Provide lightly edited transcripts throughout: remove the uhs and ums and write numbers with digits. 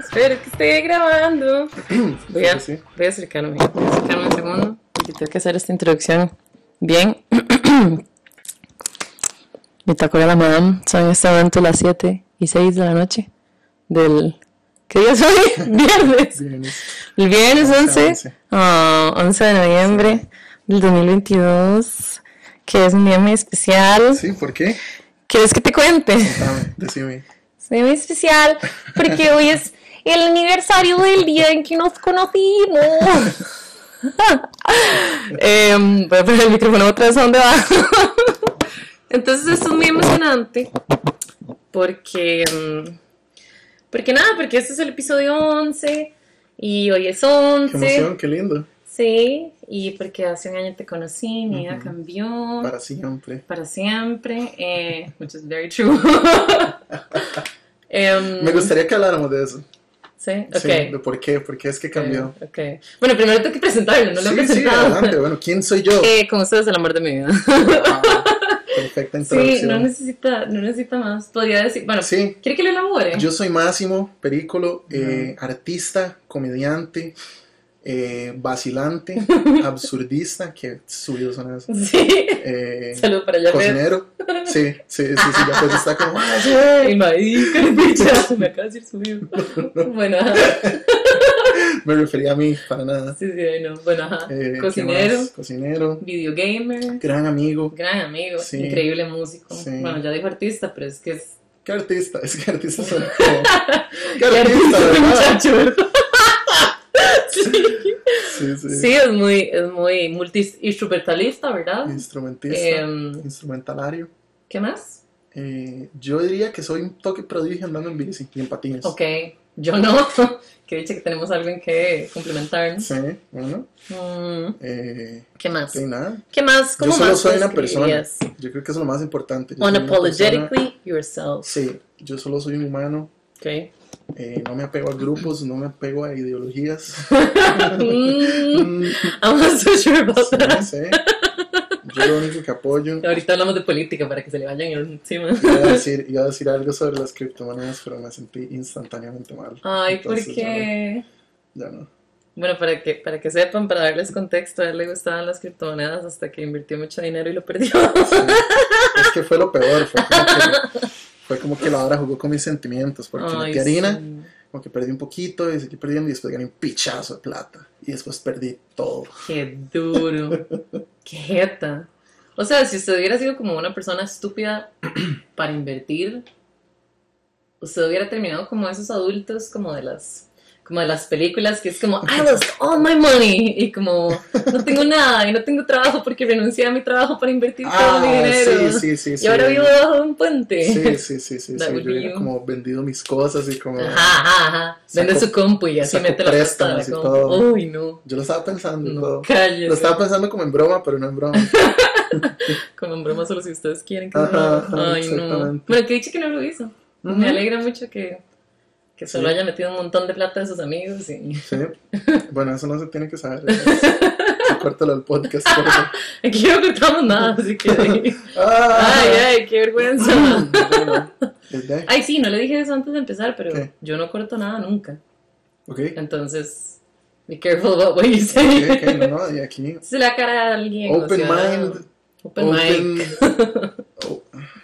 Espero que esté grabando. Voy a Sí. acercarme un segundo, porque tengo que hacer esta introducción bien. Me tocó la madame. Son en este momento las 7:06 de la noche del... ¿Qué día es hoy? Viernes. El viernes 11 de noviembre del 2022, que es un día muy especial. Sí, ¿por qué? ¿Quieres que te cuente? Contame, decime. Soy muy especial porque hoy es el aniversario del día en que nos conocimos. Voy a poner el micrófono otra vez a donde va. Entonces esto es muy emocionante porque este es el episodio 11 y hoy es 11. Qué emoción, qué lindo. Sí, y porque hace un año te conocí, mi vida cambió. Para siempre. Para siempre, which is very true. Me gustaría que habláramos de eso. Sí, ok. Sí, de por qué es que cambió. Okay. Bueno, primero tengo que presentarlo, no lo he presentado. Sí, adelante. Bueno, ¿quién soy yo? Con ustedes el amor de mi vida. Wow, perfecta introducción. Sí, no necesita más. Podría decir, bueno, sí. ¿quiere que lo elabore? Yo soy Máximo Pericolo, artista, comediante, vacilante, absurdista, que subidos son esos. Sí. Salud para allá. Cocinero. Sí, ya pues está como. Y marica, me acaba de decir subido. Bueno, ajá. Me refería a mí, para nada. Sí, I know. Bueno, ajá. Cocinero. Cocinero. Videogamer. Gran amigo. Sí. Increíble músico. Sí. Bueno, ya dijo artista, pero es que es... ¿Qué artista? Es que artista son como... ¿Qué artista, verdad? Muchacho, ¿verdad? Sí. Sí, es muy multi-instrumentalista, ¿verdad? Instrumentista, instrumentalario. ¿Qué más? Yo diría que soy un toque prodigio andando en bici y en patines. Ok, yo no. Que dice que tenemos algo en que complementarnos. Sí, bueno. ¿Qué más? Sí, nada. ¿Qué más? ¿Cómo yo solo más soy una persona. Yo creo que eso es lo más importante. Unapologetically yourself. Sí, yo solo soy un humano. Ok. No me apego a grupos, no me apego a ideologías. I'm not so sure about that. Sí. Yo lo único que apoyo. Ahorita hablamos de política para que se le vayan encima. Iba a decir algo sobre las criptomonedas, pero me sentí instantáneamente mal. Ay, entonces, ¿por qué? Ya no. Bueno, para que sepan, para darles contexto, a él le gustaban las criptomonedas hasta que invirtió mucho dinero y lo perdió. Sí. Es que fue lo peor, fue como que la hora jugó con mis sentimientos, porque metí harina, como que perdí un poquito, y seguí perdiendo, y después gané un pichazo de plata, y después perdí todo. Qué duro, qué jeta. O sea, si usted hubiera sido como una persona estúpida para invertir, usted hubiera terminado como esos adultos como de las películas, que es como I lost all my money, y como no tengo nada y no tengo trabajo porque renuncié a mi trabajo para invertir todo mi dinero. Sí. Y ahora vivo debajo de un puente. Sí. Yo hubiera como vendido mis cosas y como... Ajá. Vende su compu y así mete la préstamos y todo. Uy, no. Yo lo estaba pensando. No, cállate. Lo estaba pensando como en broma, pero no en broma. Como en broma solo si ustedes quieren que Ay, no. Bueno, que dicho que no lo hizo. Me alegra mucho que solo haya metido un montón de plata de sus amigos y... Sí. Bueno, eso no se tiene que saber. Córtalo al podcast. Aquí no cortamos nada, así que... Ay, qué vergüenza. Ay, sí, no le dije eso antes de empezar, pero ¿qué? Yo no corto nada nunca. Ok. Entonces, be careful about what you say. Ok, no, y aquí... Se le da cara a alguien. Open mind. Open mic. Oh.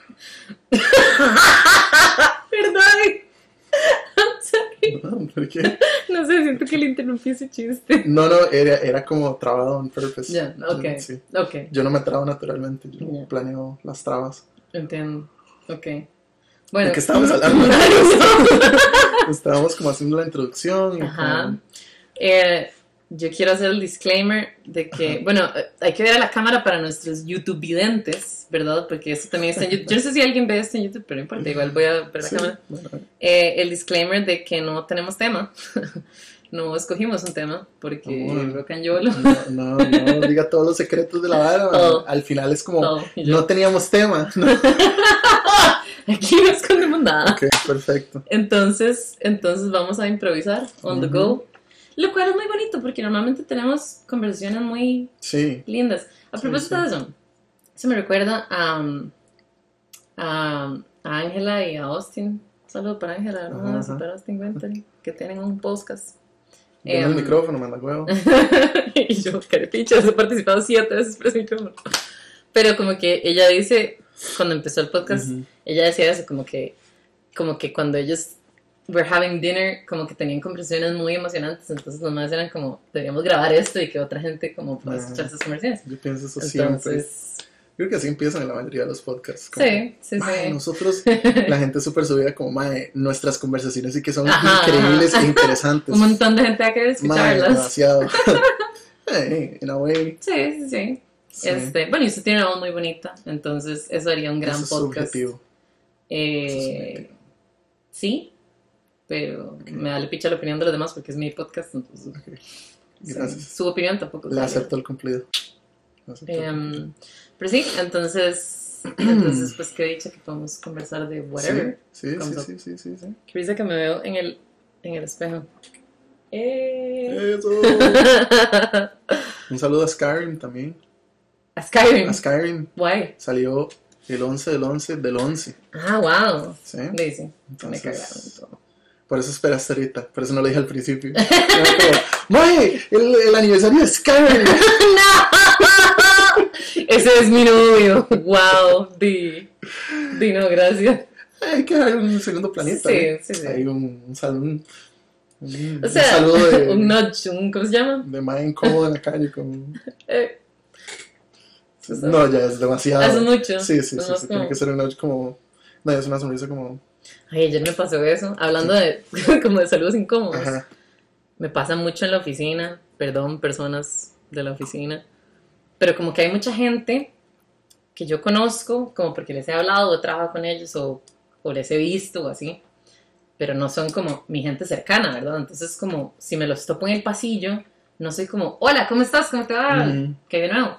Perdón. I'm sorry. ¿Por qué? No sé, siento que le interrumpí ese chiste. No, era como trabado on purpose. Ya, ok. Sí. Ok. Yo no me trabo naturalmente, yo planeo las trabas. Entiendo. Ok. Bueno. ¿De qué estábamos hablando? Estábamos como haciendo la introducción. Ajá. Yo quiero hacer el disclaimer de que, bueno, hay que ver a la cámara para nuestros YouTube videntes, ¿verdad? Porque eso también está en YouTube. Yo no sé si alguien ve esto en YouTube, pero no importa, igual voy a ver la cámara. Bueno. El disclaimer de que no tenemos tema. No escogimos un tema, porque rock and YOLO. No, diga todos los secretos de la vara. Al final es como, no teníamos tema. No. Aquí no escondemos nada. Ok, perfecto. Entonces vamos a improvisar on the go. Lo cual es muy bonito porque normalmente tenemos conversaciones muy lindas. A propósito de eso, se me recuerda a Ángela y a Austin. Saludos para Ángela, ¿no? De Superaste Inventory, que tienen un podcast. Dame el micrófono, manda huevo. Y yo, carepicha, he participado 7 veces por ese micrófono. Pero como que ella dice, cuando empezó el podcast, ella decía eso, como que cuando ellos were having dinner, como que tenían conversaciones muy emocionantes, entonces nomás eran como, deberíamos grabar esto y que otra gente como pueda escuchar esas conversaciones. Yo pienso eso siempre. Creo que así empiezan en la mayoría de los podcasts. Como, sí. Nosotros, la gente súper subida como, nuestras conversaciones sí que son increíbles e interesantes. Un montón de gente va a querer escucharlas. Demasiado. In a way. Sí. Bueno, y usted tiene una voz muy bonita, entonces eso haría un gran podcast. Subjetivo. Sí, pero me da picha la opinión de los demás porque es mi podcast, entonces. Gracias. Sí, su opinión tampoco. Le acepto el cumplido. Pero sí, entonces pues qué dicha que podemos conversar de whatever. Sí. Qué risa que me veo en el espejo. Eso. Un saludo a Skyrim también. ¿A Skyrim? A Skyrim. Guay. Salió el 11 del 11 del 11. Ah, wow. Sí. Dice. Entonces, me cagaron todo. Por eso esperaste ahorita. Por eso no lo dije al principio. ¡Mae! El aniversario de Skyrim. ¡No! Ese es mi novio. Wow. No, gracias. Hay que dar un segundo planeta. Sí. Hay un salón. O sea, un saludo de, un nudge, ¿cómo se llama? De más incómodo en la calle. No, ya es demasiado. ¿Hace mucho? Sí. Tiene que ser un nudge como. No, es una sonrisa como. Ay, ayer me pasó eso. Hablando de como de saludos incómodos. Ajá. Me pasa mucho en la oficina. Perdón, personas de la oficina. Pero como que hay mucha gente que yo conozco, como porque les he hablado o trabajo con ellos o les he visto o así. Pero no son como mi gente cercana, ¿verdad? Entonces como si me los topo en el pasillo, no soy como, hola, ¿cómo estás? ¿Cómo te va? ¿Qué de nuevo?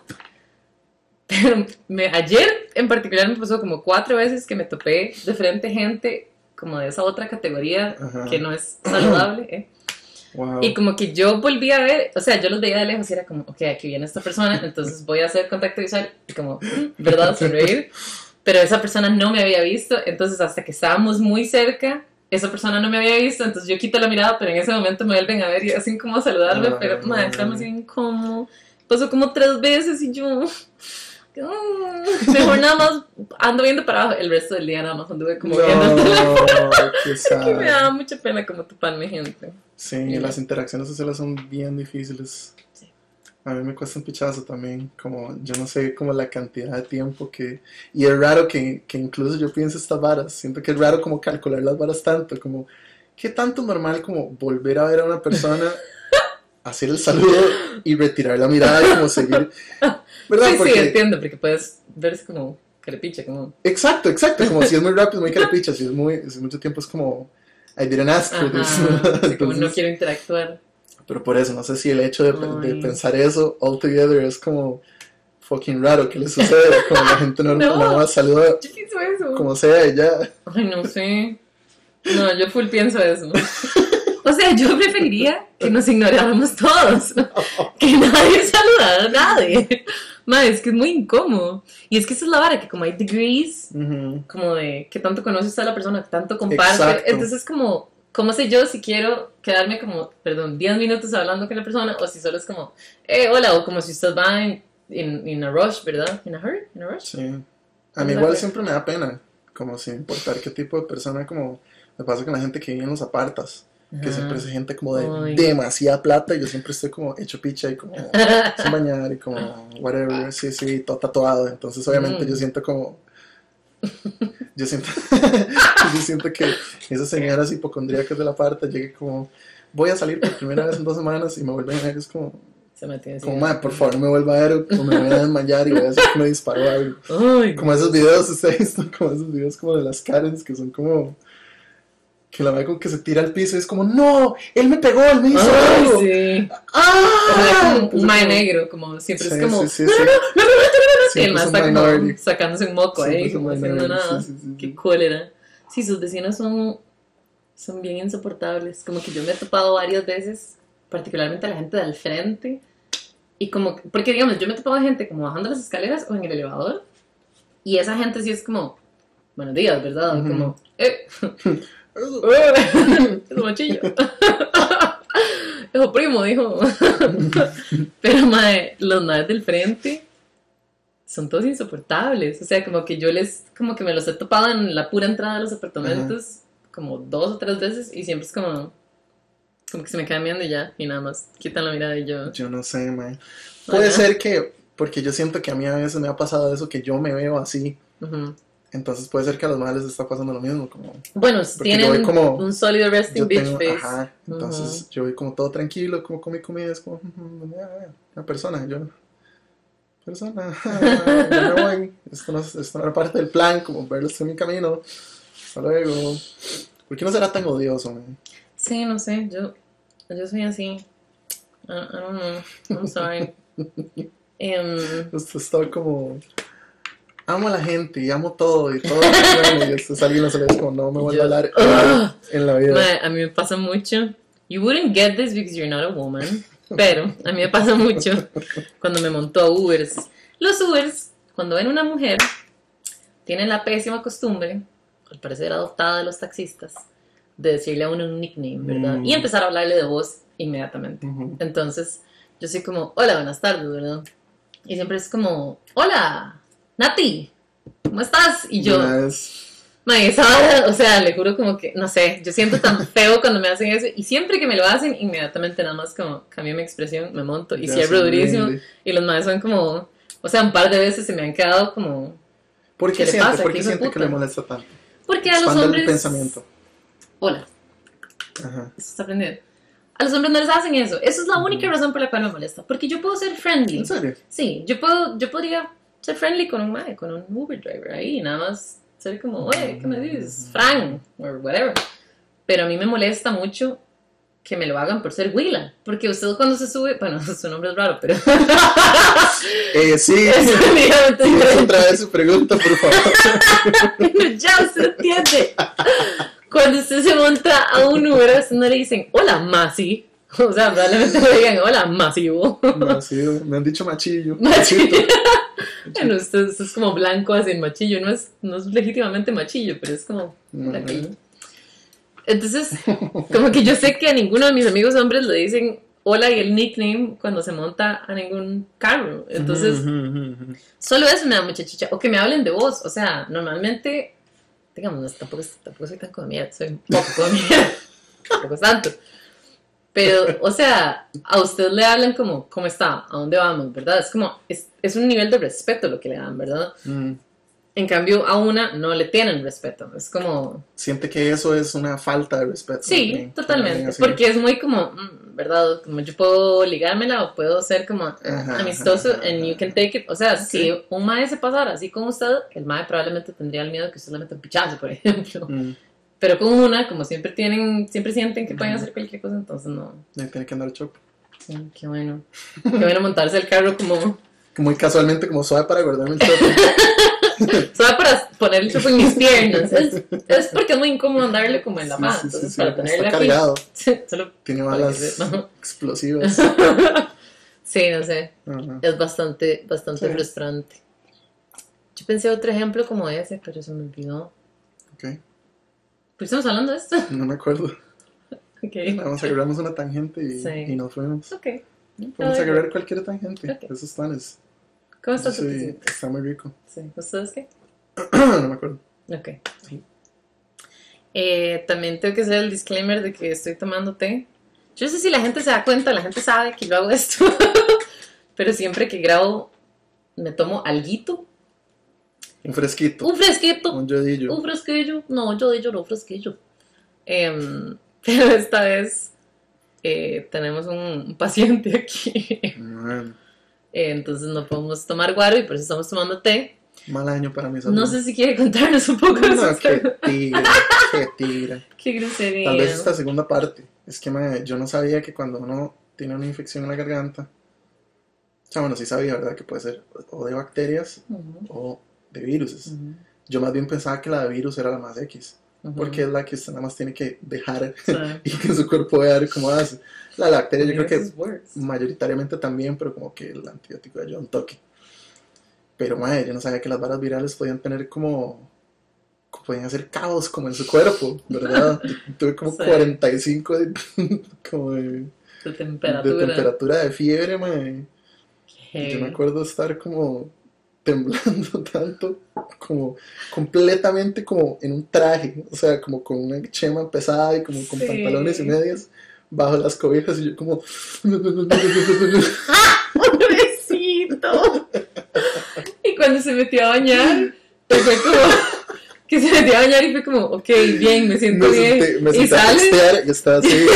Pero ayer en particular me pasó como 4 veces que me topé de frente gente como de esa otra categoría que no es saludable, Wow. Y como que yo volví a ver, o sea, yo los veía de lejos y era como, ok, aquí viene esta persona, entonces voy a hacer contacto visual y como, ¿verdad? Sonreír. Pero esa persona no me había visto, entonces hasta que estábamos muy cerca, esa persona no me había visto, entonces yo quito la mirada, pero en ese momento me vuelven a ver y así como a saludarme, pero madre, estamos así incómodo. Pasó como 3 veces y yo... mejor nada más ando viendo para abajo. El resto del día nada más anduve como viendo el teléfono. Que me daba mucha pena como toparme gente. Sí, las interacciones sociales son bien difíciles. Sí. A mí me cuesta un pichazo también, como yo no sé como la cantidad de tiempo que... Y es raro que incluso yo piense estas varas, siento que es raro como calcular las varas tanto, como ¿qué tanto normal como volver a ver a una persona, hacer el saludo y retirar la mirada y como seguir... ¿verdad? Sí, porque... sí, entiendo, porque puedes verse como carepicha, como... Exacto, como si es muy rápido, muy carepicha, si es mucho tiempo es como... I didn't ask for this. Entonces, como no quiero interactuar. Pero por eso, no sé si el hecho de pensar eso all together es como fucking raro que le sucede, como la gente no saluda yo pienso eso. Como sea y ya. Ay, no sé. No, yo full pienso eso. O sea, yo preferiría que nos ignoráramos todos. Que nadie saludara a nadie. Madre, es que es muy incómodo. Y es que esa es la vara, que como hay degrees, como de que tanto conoces a la persona, que tanto comparte. Exacto. Entonces como, ¿cómo sé yo si quiero quedarme como, 10 minutos hablando con la persona? O si solo es como, hola, o como si usted va en a rush, ¿verdad? ¿In a hurry? ¿In a rush? Sí. A mí igual siempre me da pena, como sin importar qué tipo de persona, como me pasa con la gente que vive en los apartas. Que siempre es gente como de demasiada plata y yo siempre estoy como hecho picha y como sin bañar y como whatever, sí, todo tatuado. Entonces obviamente yo siento como yo siento que esas señoras hipocondríacas de la aparta llegue como voy a salir por primera vez en 2 semanas y me vuelven a ver, es como madre, por favor no me vuelva a ver o me voy a desmayar y voy a decir que me disparó algo. Como esos videos, ustedes, como esos videos como de las Karens que son como que la ve como que se tira al piso y es como, no, él me pegó, él me hizo algo. Sí. ¡Ah! Como un mae negro, como siempre es como, sí. Y el más está como sacándose un moco ahí, como haciendo nada. Qué cólera. Sí, sus vecinos son bien insoportables. Como que yo me he topado varias veces, particularmente a la gente del frente. Y como, porque digamos, yo me he topado a gente como bajando las escaleras o en el elevador. Y esa gente sí es como, buenos días, ¿verdad? Como, Es machillo. Dijo primo, dijo. Pero, mae, los madres del frente son todos insoportables. O sea, como que como que me los he topado en la pura entrada de los apartamentos como 2 o 3 veces y siempre es como que se me quedan viendo y ya, y nada más quitan la mirada y yo... Yo no sé, mae. Puede ser que, porque yo siento que a mí a veces me ha pasado eso, que yo me veo así. Entonces puede ser que a los madres les está pasando lo mismo. Como, bueno, tienen como, un sólido resting bitch face. Ajá, entonces yo voy como todo tranquilo, como con mi comida, es como una persona, yo me voy, esto no era parte del plan, como verlos en mi camino, hasta luego. ¿Por qué no será tan odioso, man? Sí, no sé, yo soy así. I don't know, I'm sorry. Esto está como... Amo a la gente y amo todo y todo bueno, y después alguien no se le dice como no me vuelvo a hablar en la vida. A mí me pasa mucho. You wouldn't get this because you're not a woman. Pero a mí me pasa mucho cuando me monto a Ubers. Los Ubers, cuando ven una mujer, tienen la pésima costumbre, al parecer adoptada de los taxistas, de decirle a uno un nickname, ¿verdad? Y empezar a hablarle de voz inmediatamente. Entonces, yo soy como, hola, buenas tardes, ¿verdad? Y siempre es como, hola, Nati, ¿cómo estás? Y yo, mae, esa hora, o sea, le juro como que, no sé, yo siento tan feo cuando me hacen eso, y siempre que me lo hacen, inmediatamente nada más como cambio mi expresión, me monto y cierro durísimo, y los maes son como, o sea, un par de veces se me han quedado como, ¿por qué siente? ¿Por qué siente que le molesta tanto? Porque a los hombres... el pensamiento. Hola. Ajá. Eso está aprendiendo. A los hombres no les hacen eso. Esa es la única razón por la cual me molesta. Porque yo puedo ser friendly. ¿En serio? Sí, yo podría ser friendly con un Uber driver ahí, nada más ser como, oye, ¿qué me dices? Frank, o whatever. Pero a mí me molesta mucho que me lo hagan por ser Willa. Porque usted cuando se sube, bueno, su nombre es raro, pero... sí. Otra vez su pregunta, por favor. Ya usted entiende. Cuando usted se monta a un Uber, a usted no le dicen, hola, Masi. O sea, probablemente le digan, hola, Masivo. Masivo, me han dicho machillo. Bueno, usted es como blanco así, machillo. No es legítimamente machillo, pero es como... Entonces, como que yo sé que a ninguno de mis amigos hombres le dicen hola y el nickname cuando se monta a ningún carro. Entonces, solo eso me da mucha chicha. O que me hablen de voz. O sea, normalmente, digamos, tampoco soy tan comida, soy un poco comida. Tampoco es tanto. Pero, o sea, a usted le hablan como, ¿cómo está? ¿A dónde vamos? ¿Verdad? Es como, es un nivel de respeto lo que le dan, ¿verdad? En cambio, a una no le tienen respeto. Es como... Siente que eso es una falta de respeto. Sí, también, totalmente. Porque es muy como, ¿verdad? Como yo puedo ligármela o puedo ser como amistoso and you can take it. O sea, si un mae se pasara así con usted, el mae probablemente tendría el miedo que usted le meta un pichazo, por ejemplo. Pero con una, como siempre sienten que pueden hacer cualquier cosa, entonces no. Tiene que andar choco. Sí, qué bueno. Qué bueno montarse el carro como... Muy casualmente, como suave para guardarme el choco. Suave para poner el choco en mis piernas. Es porque es muy incómodo andarle como en la mano. Entonces, para tenerle está aquí. Cargado. Solo tiene balas explosivas. Sí, no sé. Es bastante frustrante. Yo pensé otro ejemplo como ese, pero se me olvidó. Ok. ¿Por qué estamos hablando de esto? No me acuerdo. Okay. Vamos a agarrarnos una tangente y nos fuimos. Ok. Vamos a agarrar cualquier tangente. Okay. Esos planes. ¿Cómo estás? Sí, está muy rico. Sí. ¿Ustedes qué? No me acuerdo. Ok. Sí. También tengo que hacer el disclaimer de que estoy tomando té. Yo no sé si la gente se da cuenta, la gente sabe que yo hago esto. Pero siempre que grabo me tomo alguito. Un fresquito. Un fresquito. Un yodillo. Un fresquillo. No, yodillo no, fresquillo. Pero esta vez tenemos un paciente aquí. Entonces no podemos tomar guaro y por eso estamos tomando té. Mal año para mis amigos. No sé si quiere contarnos un poco de eso. Qué tira. Qué grosería. Tal vez esta segunda parte. Es que yo no sabía que cuando uno tiene una infección en la garganta, o sea, bueno, sí sabía, ¿verdad? Que puede ser o de bacterias o de virus. Yo más bien pensaba que la de virus era la más X. Porque es la que usted nada más tiene que dejar y que su cuerpo vea ver cómo hace. La bacteria yo creo que mayoritariamente también, pero como que el antibiótico ayuda un toque. Pero yo no sabía que las varas virales podían tener como podían hacer caos como en su cuerpo, ¿verdad? Tuve como 45 como de de temperatura. temperatura de fiebre, mae. Y yo me acuerdo estar como temblando tanto, como completamente como en un traje, o sea, como con una chema pesada y como con pantalones y medias bajo las cobijas y yo como... ¡Pobrecito! Y cuando se metió a bañar, fue como... que se metió a bañar y fue como, ok, bien, me siento bien. Me y senté a sale... textear y estaba así...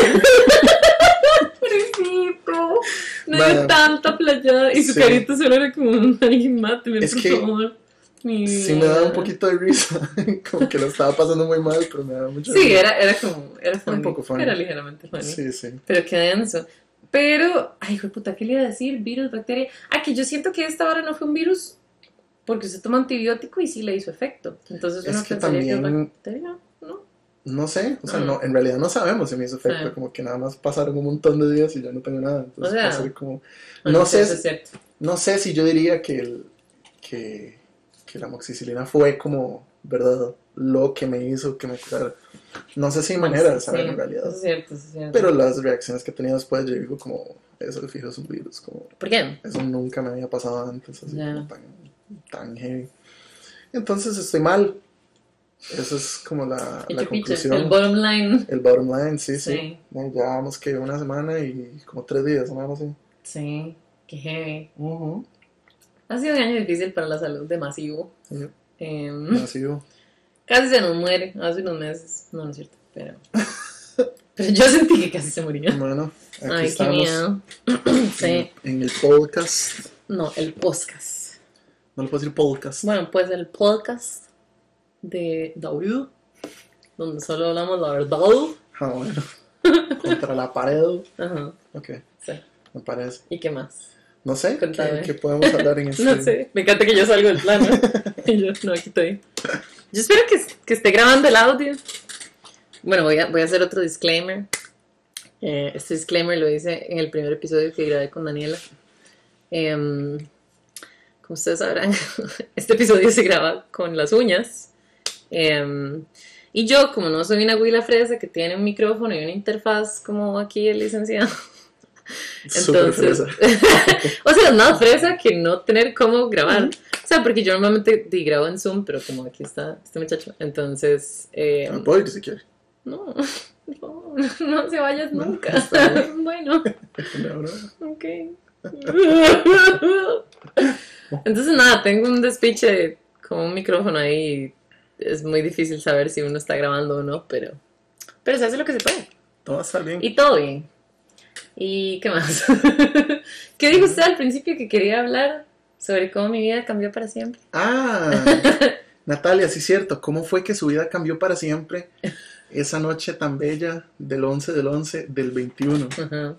Pobrecito, no dio tanta playada y su carita solo era como, alguien máteme, por favor. Sí me daba un poquito de risa, como que lo estaba pasando muy mal, pero me daba mucho risa. Era como, era un poco funny. Era ligeramente funny. Sí. Pero qué denso. Pero, ay, hijo de puta, ¿qué le iba a decir? Virus, bacteria. Que yo siento que esta hora no fue un virus porque usted toma antibiótico y sí le hizo efecto. Entonces uno pensaría que es bacteria, ¿no? No sé, o sea, no, en realidad no sabemos si me hizo efecto, como que nada más pasaron un montón de días y ya no tengo nada, entonces va a ser como... No sé si yo diría que la amoxicilina fue como, ¿verdad? Lo que me hizo que me curara. No sé si hay manera de saber en realidad. Es cierto. Pero las reacciones que he tenido después, yo digo como, eso de fijo es un virus, como... ¿Por qué? Eso nunca me había pasado antes, así como tan heavy. Entonces estoy mal. Eso es como la conclusión. El bottom line. El bottom line, sí. Ya vamos que una semana y como 3 días, ¿no? Así. Sí, qué heavy. Ha sido un año difícil para la salud de Masivo. Masivo. Casi se nos muere hace unos meses. No es cierto, pero yo sentí que casi se moría. Bueno, aquí estamos. Qué miedo. Sí. En el podcast. No, el podcast. No le puedo decir podcast. Bueno, pues el podcast de David, donde solo hablamos la verdad. Bueno. Contra la pared. Ajá. Ok. Sí. Me parece. ¿Y qué más? No sé, ¿qué podemos hablar en este? No sé, me encanta que yo salgo del plano. Y yo, no, aquí estoy. Yo espero que esté grabando el audio. Bueno, voy a hacer otro disclaimer. Este disclaimer lo hice en el primer episodio que grabé con Daniela. Como ustedes sabrán, este episodio se graba con las uñas. Y yo, como no soy una huila fresa que tiene un micrófono y una interfaz como aquí el licenciado, entonces, o sea, es más fresa que no tener cómo grabar. O sea, porque yo normalmente grabo en Zoom, pero como aquí está este muchacho, entonces... puedo ir si quiere. No se vayas nunca. Bueno. Ok. Entonces nada, tengo un despiche con un micrófono ahí. Es muy difícil saber si uno está grabando o no, pero se hace lo que se puede. Todo va a estar bien. Y todo bien. ¿Y qué más? ¿Qué dijo usted al principio que quería hablar sobre cómo mi vida cambió para siempre? Natalia, sí es cierto. ¿Cómo fue que su vida cambió para siempre esa noche tan bella del 11/11 del 21? Ajá.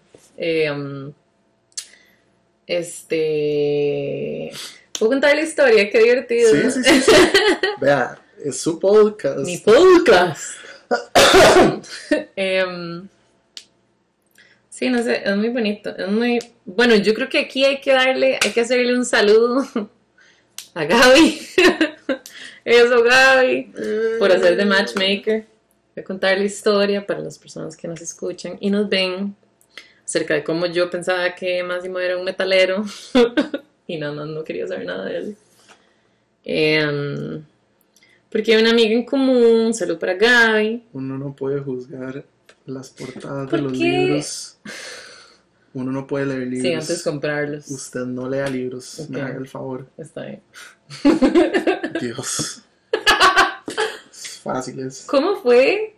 ¿Puedo contar la historia? Qué divertido. Sí. Vea, es su podcast. Mi podcast. Sí, no sé, es muy bonito. Es muy... Bueno, yo creo que aquí hay que hacerle un saludo a Gaby. Eso, Gaby, por hacer de matchmaker. Voy a contar la historia para las personas que nos escuchan y nos ven acerca de cómo yo pensaba que Máximo era un metalero y no quería saber nada de él. Porque hay una amiga en común, salud para Gaby. Uno no puede juzgar las portadas de los libros. Uno no puede leer libros. Sí, antes de comprarlos. Usted no lea libros, me haga el favor. Está bien. Dios. Es fácil es. ¿Cómo fue?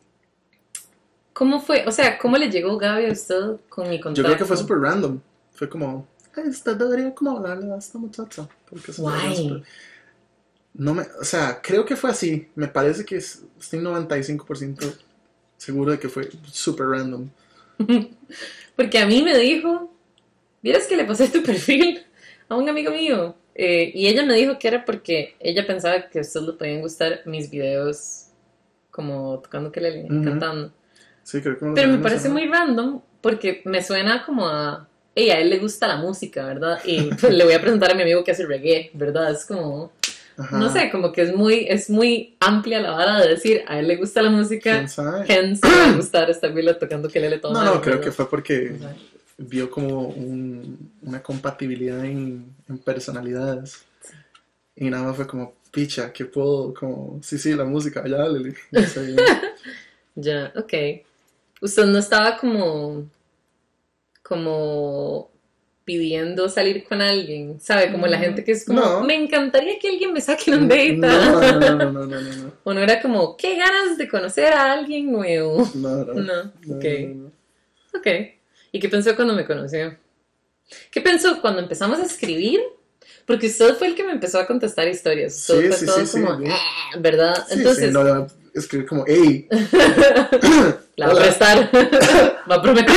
O sea, ¿cómo le llegó Gaby a usted con mi contacto? Yo creo que fue súper random. Fue como, usted debería como hablarle a esta muchacha. Porque Guay. O sea, creo que fue así. Me parece que estoy 95% seguro de que fue súper random. Porque a mí me dijo, ¿vieras que le pasé tu perfil a un amigo mío? Y ella me dijo que era porque ella pensaba que a usted le podían gustar mis videos como tocando ukelele, cantando. Sí, creo que pero me parece muy random porque me suena como a él le gusta la música, ¿verdad? Y pues, le voy a presentar a mi amigo que hace reggae, ¿verdad? Es como... Ajá. No sé, como que es muy amplia la vara de decir, a él le gusta la música, ¿Quién sabe? hence le va a gustar esta vila tocando que le todo. No, creo que fue porque vio como una compatibilidad en personalidades. Y nada más fue como, picha, que puedo, como, sí, la música, ya, Lili. Ya, ok. Usted no estaba como pidiendo salir con alguien, ¿sabe? Como la gente que es como, No. me encantaría que alguien me saque un date. No. O no era como, qué ganas de conocer a alguien nuevo. No. Ok. ¿Y qué pensó cuando me conoció? ¿Qué pensó cuando empezamos a escribir? Porque usted fue el que me empezó a contestar historias. Usted fue todo como, ¿verdad? Entonces, no le va a escribir como, hey. La va a prestar. Va a prometer.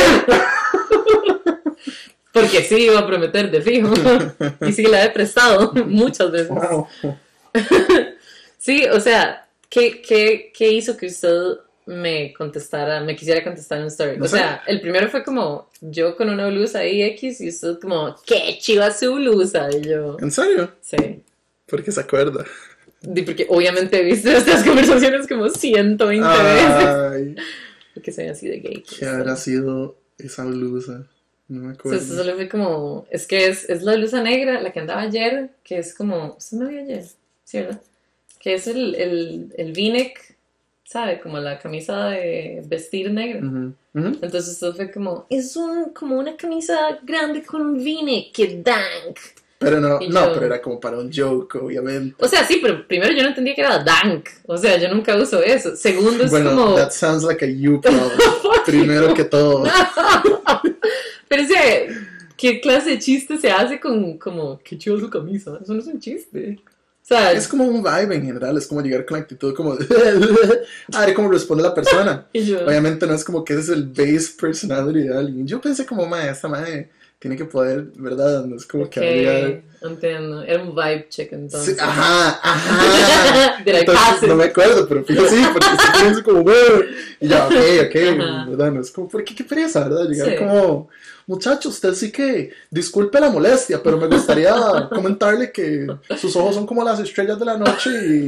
Porque sí, va a prometer de fijo. Y sí, la he prestado muchas veces. Wow. Sí, o sea, ¿qué hizo que usted me quisiera contestar en un story? No o sea, el primero fue como yo con una blusa ahí X y usted como, qué chiva su blusa. Y yo, ¿En serio? sí. Porque se acuerda. Porque obviamente he visto estas conversaciones como 120 veces. Porque soy así de gay. ¿Qué habrá sido esa blusa? No me acuerdo. Entonces solo fue como, es que es la blusa negra, la que andaba ayer, que es como, ¿usted me vio ayer? Sí, ¿verdad? Que es el V-neck, ¿sabe? Como la camisa de vestir negra. Entonces eso fue como, como una camisa grande con un V-neck, que dank. Pero pero era como para un joke, obviamente. O sea, sí, pero primero yo no entendía que era dank. O sea, yo nunca uso eso. Segundo es como... that sounds like a you problem. Primero que todo. Pero o sea, ¿qué clase de chiste se hace con como, qué chido su camisa? Eso no es un chiste. O sea, es como un vibe en general, es como llegar con la actitud como a ver cómo responde la persona. Obviamente no es como que ese es el base personality de alguien. Yo pensé como, esta madre tiene que poder, ¿verdad? No es como que habría... Entiendo, era un vibe check entonces. Sí, ajá. Entonces, no me acuerdo, pero fíjate, sí, porque sí pienso como, y ya, ok, ¿verdad? No es como, ¿por qué pereza, verdad? Llegar como, muchacho, usted sí que, disculpe la molestia, pero me gustaría comentarle que sus ojos son como las estrellas de la noche y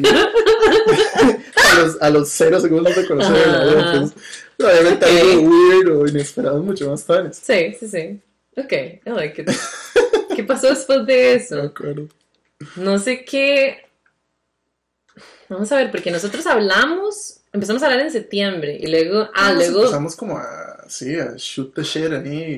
a los 0 segundos de conocerla. Entonces, obviamente algo weird o inesperado mucho más tarde. Sí. Ok, I like it. ¿Qué pasó después de eso? No me acuerdo. No sé qué. Vamos a ver, porque nosotros empezamos a hablar en septiembre y luego. Luego empezamos como a shoot the shit ahí.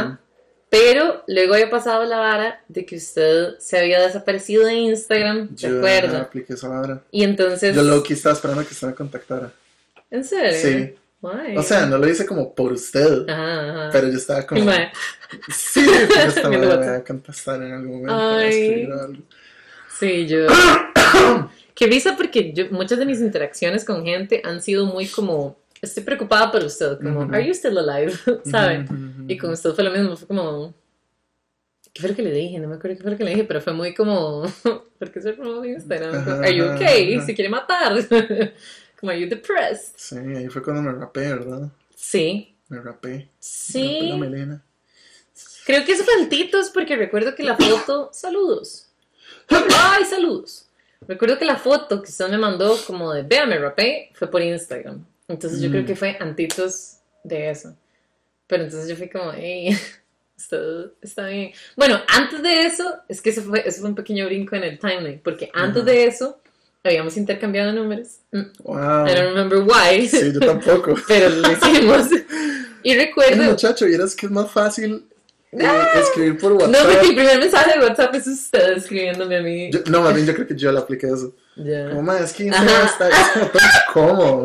Pero luego había pasado la vara de que usted se había desaparecido de Instagram, ¿se acuerda? Yo apliqué esa vara. Y entonces. Yo low-key estaba esperando que usted me contactara. ¿En serio? Sí. Why? O sea, no lo hice como por usted. Ajá. Pero yo estaba como. Sí, pero esta me voy a contestar en algún momento. Ay. Escribir algo. Sí, yo. Qué risa porque muchas de mis interacciones con gente han sido muy como. Estoy preocupada por usted, como, ¿Are you still alive? ¿Saben? Y con usted fue lo mismo, fue como. ¿Qué fue lo que le dije? No me acuerdo qué fue lo que le dije, pero fue muy como. ¿Por qué se robó mi Instagram? ¿Are you okay? ¿Se quiere matar? Como, ¿are you depressed? Sí, ahí fue cuando me rapé, ¿verdad? Sí. Me rapé. Sí. Me rapé la melena. Creo que es faltitos porque recuerdo que la foto... ¡Saludos! ¡Ay, saludos! Recuerdo que la foto que usted me mandó como de vea, me rapé, fue por Instagram. Entonces yo creo que fue antitos de eso. Pero entonces yo fui como, hey, está bien. Bueno, antes de eso, es que eso fue un pequeño brinco en el timeline. Porque antes de eso... habíamos intercambiado números. Wow. I don't remember why. Sí, yo tampoco. Pero lo hicimos. Y recuerdo... muchacho, vieras que es más fácil escribir por WhatsApp. No, porque el primer mensaje de WhatsApp es usted escribiéndome a mí. Más bien yo creo que yo le apliqué eso. Yeah. Como, es que Instagram es como todo incómodo.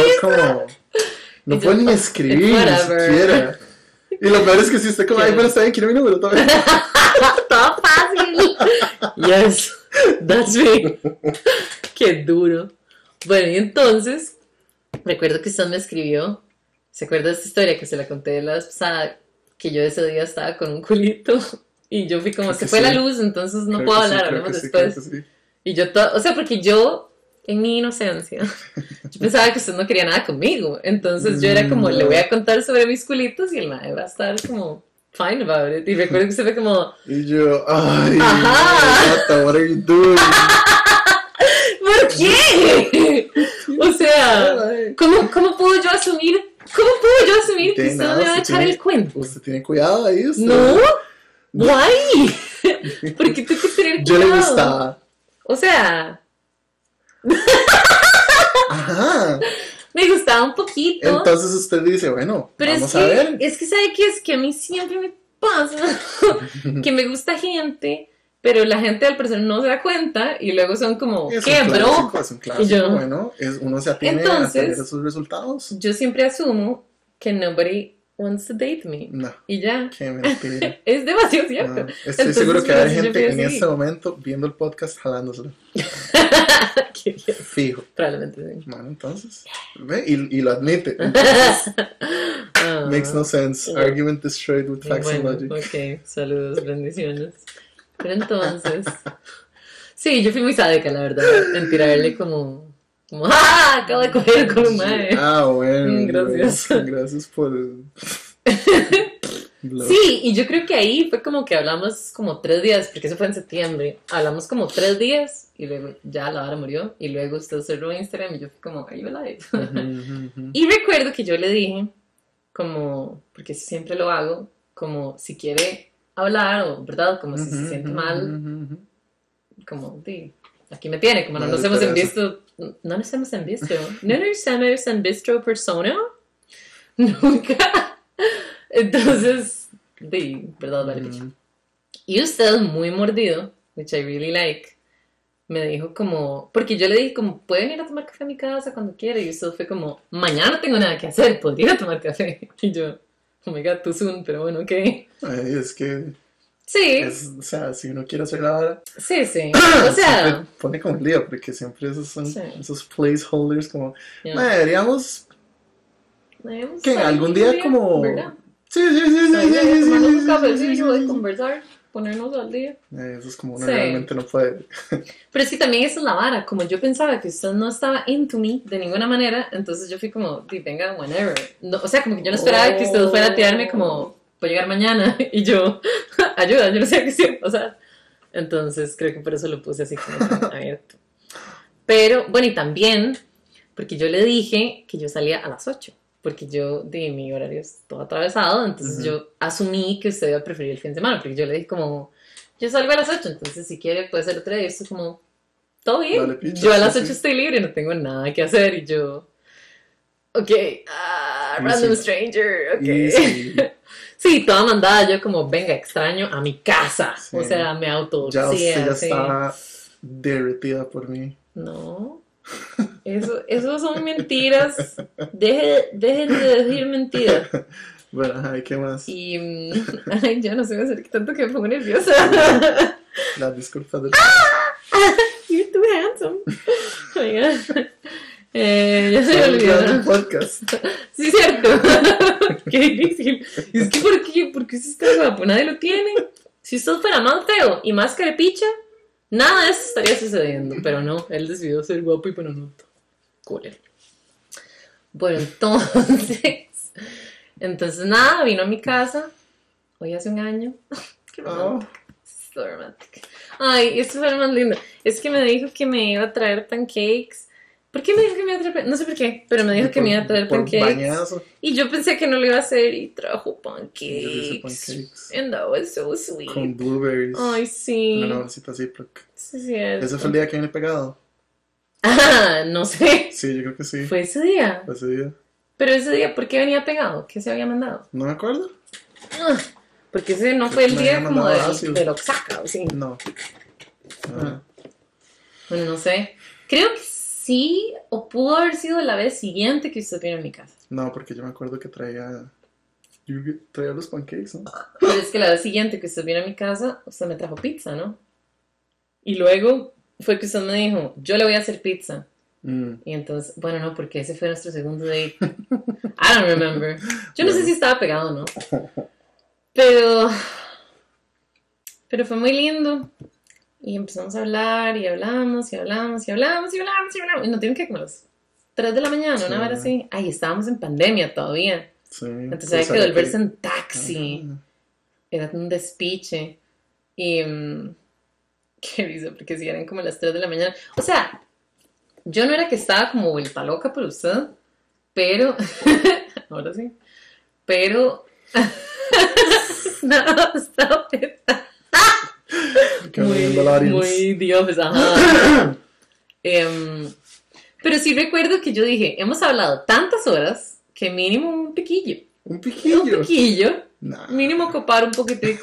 No puedo ni escribir, ni siquiera. Y lo peor es que si usted como, ay, pero está bien, quiero mi número todavía. Todo fácil. Yes, that's me. Qué duro. Bueno, y entonces, recuerdo que usted me escribió, ¿se acuerda de esta historia que se la conté la vez pasada? Que yo ese día estaba con un culito y yo fui como, se fue la luz, entonces no puedo hablar, hablamos después. Y yo, o sea, porque yo, en mi inocencia, yo pensaba que usted no quería nada conmigo, entonces yo era como, le voy a contar sobre mis culitos y el mae va a estar como... fine about it. Y recuerdo que se ve como... Y yo, ay, Nata, what are you doing? ¿Qué? O sea, ¿cómo puedo yo asumir que usted no me va a echar el cuento? Usted tiene cuidado ahí, usted. No, guay. ¿Por qué tengo que tener cuidado? Yo le gustaba. O sea. Ajá. Me gustaba un poquito. Entonces usted dice, bueno, pero vamos a ver. Es que ¿sabe qué? Es que a mí siempre me pasa que me gusta gente, pero la gente al parecer no se da cuenta y luego son como, ¿qué, bro? Es un clásico, bueno, uno se atiene a tener esos resultados. Yo siempre asumo que nobody wants to date me. No. Y ya. Qué mentira. Es demasiado cierto. No. Estoy seguro que hay gente en este momento viendo el podcast jalándoselo. Fijo. Probablemente sí. Bueno, entonces, ve, y lo admite. Entonces, makes no sense. Argument destroyed with facts and logic. Ok, saludos, bendiciones. Pero entonces, sí, yo fui muy sádica, la verdad, en tirarle como ¡ah! Acabo de coger con un mae. Ah, bueno. Gracias por sí, y yo creo que ahí fue como que hablamos como 3 días, porque eso fue en septiembre. Hablamos como 3 días y luego ya la hora murió. Y luego usted cerró Instagram y yo fui como, ¿are you alive? Y recuerdo que yo le dije, como, porque siempre lo hago, como si quiere hablar o, ¿verdad? Como si se siente mal, como, aquí me tiene, como no nos hemos visto. No nos hemos visto. No nos hemos visto persona. Nunca. Entonces, verdad, vale, picha. Y usted, muy mordido, which I really like, me dijo como, porque yo le dije como, ¿pueden ir a tomar café a mi casa cuando quiera? Y usted fue como, mañana no tengo nada que hacer, podría ir a tomar café. Y yo, oh my god, too soon, pero bueno, ok. Es que... Sí. O sea, si uno quiere hacer la hora... Sí. O sea... Pone como un lío, porque siempre esos son esos placeholders como... Deberíamos... Que algún día como... ¿verdad? Sí. Tomarnos un cafecillo y conversar, ponernos al día. Eso es como uno realmente no puede. Pero es que también esa es la vara. Como yo pensaba que usted no estaba into me de ninguna manera, entonces yo fui como, venga, whenever. No, o sea, como que yo no esperaba que usted fuera a tirarme como, voy a llegar mañana. Y yo, ayuda, yo no sé qué hacer. O sea, entonces creo que por eso lo puse así como abierto. Pero, bueno, y también, porque yo le dije que yo salía a las 8. Porque yo, mi horario es todo atravesado, entonces yo asumí que usted iba a preferir el fin de semana, porque yo le dije como, yo salgo a las 8, entonces si quiere puede ser otro día, y esto es como, todo bien, vale, picha, yo a las 8 estoy libre, no tengo nada que hacer, y yo, ok, random stranger, ok. Sí, toda mandada, yo como, venga, extraño a mi casa, o sea, me ya usted ya está derretida por mí. No. Eso son mentiras. Dejen de decir mentiras. Bueno, ay, ¿qué más? Y ay, yo no sé hacer tanto que me pongo nerviosa. La disculpa del You're too handsome. Oh my God. Ya se me olvidó el podcast. Sí, cierto. Qué difícil. Es que ¿por qué se está guapo? Nadie lo tiene. Si usted fuera más feo y más carepicha, nada de eso estaría sucediendo, pero no, él decidió ser guapo y bueno, no. Cool. Bueno, entonces nada, vino a mi casa, hoy hace un año. Qué romántico. So romántico. Ay, esto fue lo más lindo. Es que me dijo que me iba a traer pancakes. ¿Por qué me dijo que me iba a traer pancakes? No sé por qué, pero me dijo que me iba a traer pancakes. Bañazo. Y yo pensé que no lo iba a hacer y trajo pancakes. And that was so sweet. Con blueberries. Ay, sí. Una bolsita así. Sí, cierto. ¿Ese fue el día que viene pegado? Ah, no sé. Sí, yo creo que sí. ¿Fue ese día? Fue ese día. Pero ese día, ¿por qué venía pegado? ¿Qué se había mandado? No me acuerdo. Porque ese no fue el día como de Oaxaca, ¿o sí? No. Bueno, no sé. Creo que sí, o pudo haber sido la vez siguiente que usted vino a mi casa. No, porque yo me acuerdo que traía los pancakes, ¿no? Pero es que la vez siguiente que usted vino a mi casa, usted me trajo pizza, ¿no? Y luego fue que usted me dijo, yo le voy a hacer pizza. Y entonces, bueno, no, porque ese fue nuestro segundo date. I don't remember. Yo no sé si estaba pegado o no. Pero fue muy lindo. Y empezamos a hablar y hablamos. Y nos tienen que como a las 3 de la mañana, sí. Una hora así. Ay, estábamos en pandemia todavía. Sí, entonces había que volverse en taxi. Era un despiche. Y qué risa, porque si eran como las 3 de la mañana. O sea, yo no era que estaba como vuelta loca por usted, pero, ahora sí, pero, no, stop it. Muy Dios, ajá. Pero sí recuerdo que yo dije, hemos hablado tantas horas que mínimo un piquillo. ¿Un piquillo? Un piquillo. Nah. Mínimo copar un poquitico.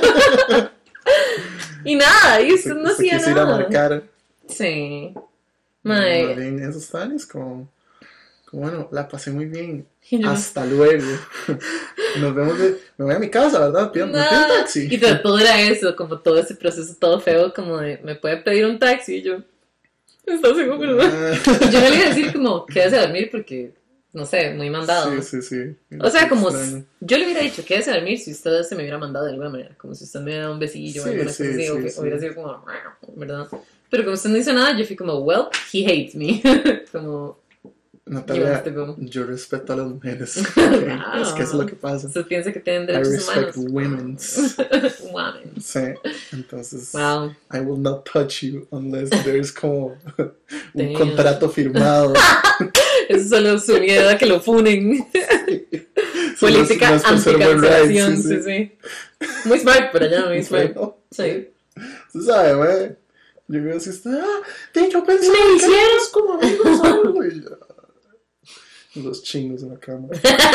Y nada, y usted no hacía nada. Quisiera marcar. Sí. En esos años, como bueno, la pasé muy bien. Hasta luego. Nos vemos. Me voy a mi casa, ¿verdad? ¿Me pido un taxi? Y todo era eso, como todo ese proceso todo feo, como de, ¿me puede pedir un taxi? Y yo, ¿estás seguro? Y yo no le iba a decir como, quédese a dormir porque, no sé, muy mandado. Sí. O sea, como yo le hubiera dicho, quédese a dormir si usted se me hubiera mandado de alguna manera, como si usted me diera un besillo o alguna cosa así, o hubiera sido como, ¿verdad? Pero como usted no hizo nada, yo fui como, well, he hates me. Como, Natalia, yo respeto a las mujeres. Okay. Wow. Es que eso es lo que pasa. ¿Usted piensa que tienen derechos humanos? I respect women's. Sí, entonces, wow. I will not touch you unless there's como un contrato firmado. Eso solo su miedo a que lo funen. Política anticancelación, sí. Muy smart, pero ya muy smart. Sí. Usted sabe, güey. Yo creo que usted, yo pensaba que éramos como amigos, güey. Los chingos en la cama.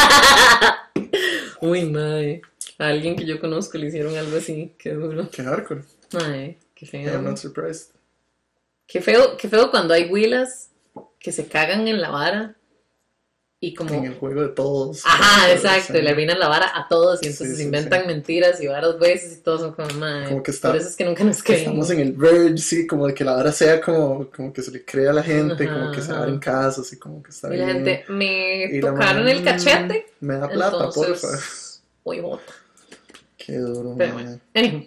Uy, madre. A alguien que yo conozco le hicieron algo así. Qué duro. Qué hardcore. Ay, qué feo. I'm not surprised. Qué feo cuando hay huilas que se cagan en la vara. Y como... En el juego de todos. Ajá, exacto. Y le arruinan la vara a todos. Y entonces inventan mentiras y varas veces y todos son como, madre. Como que está, por eso es que nunca nos creemos. Estamos en el verge, sí, como de que la vara sea como que se le crea a la gente, como que se abren casos y como que está y bien. Y la gente, me tocaron el cachete. Me da plata, porfa. Voy bota. Qué duro, pero bueno,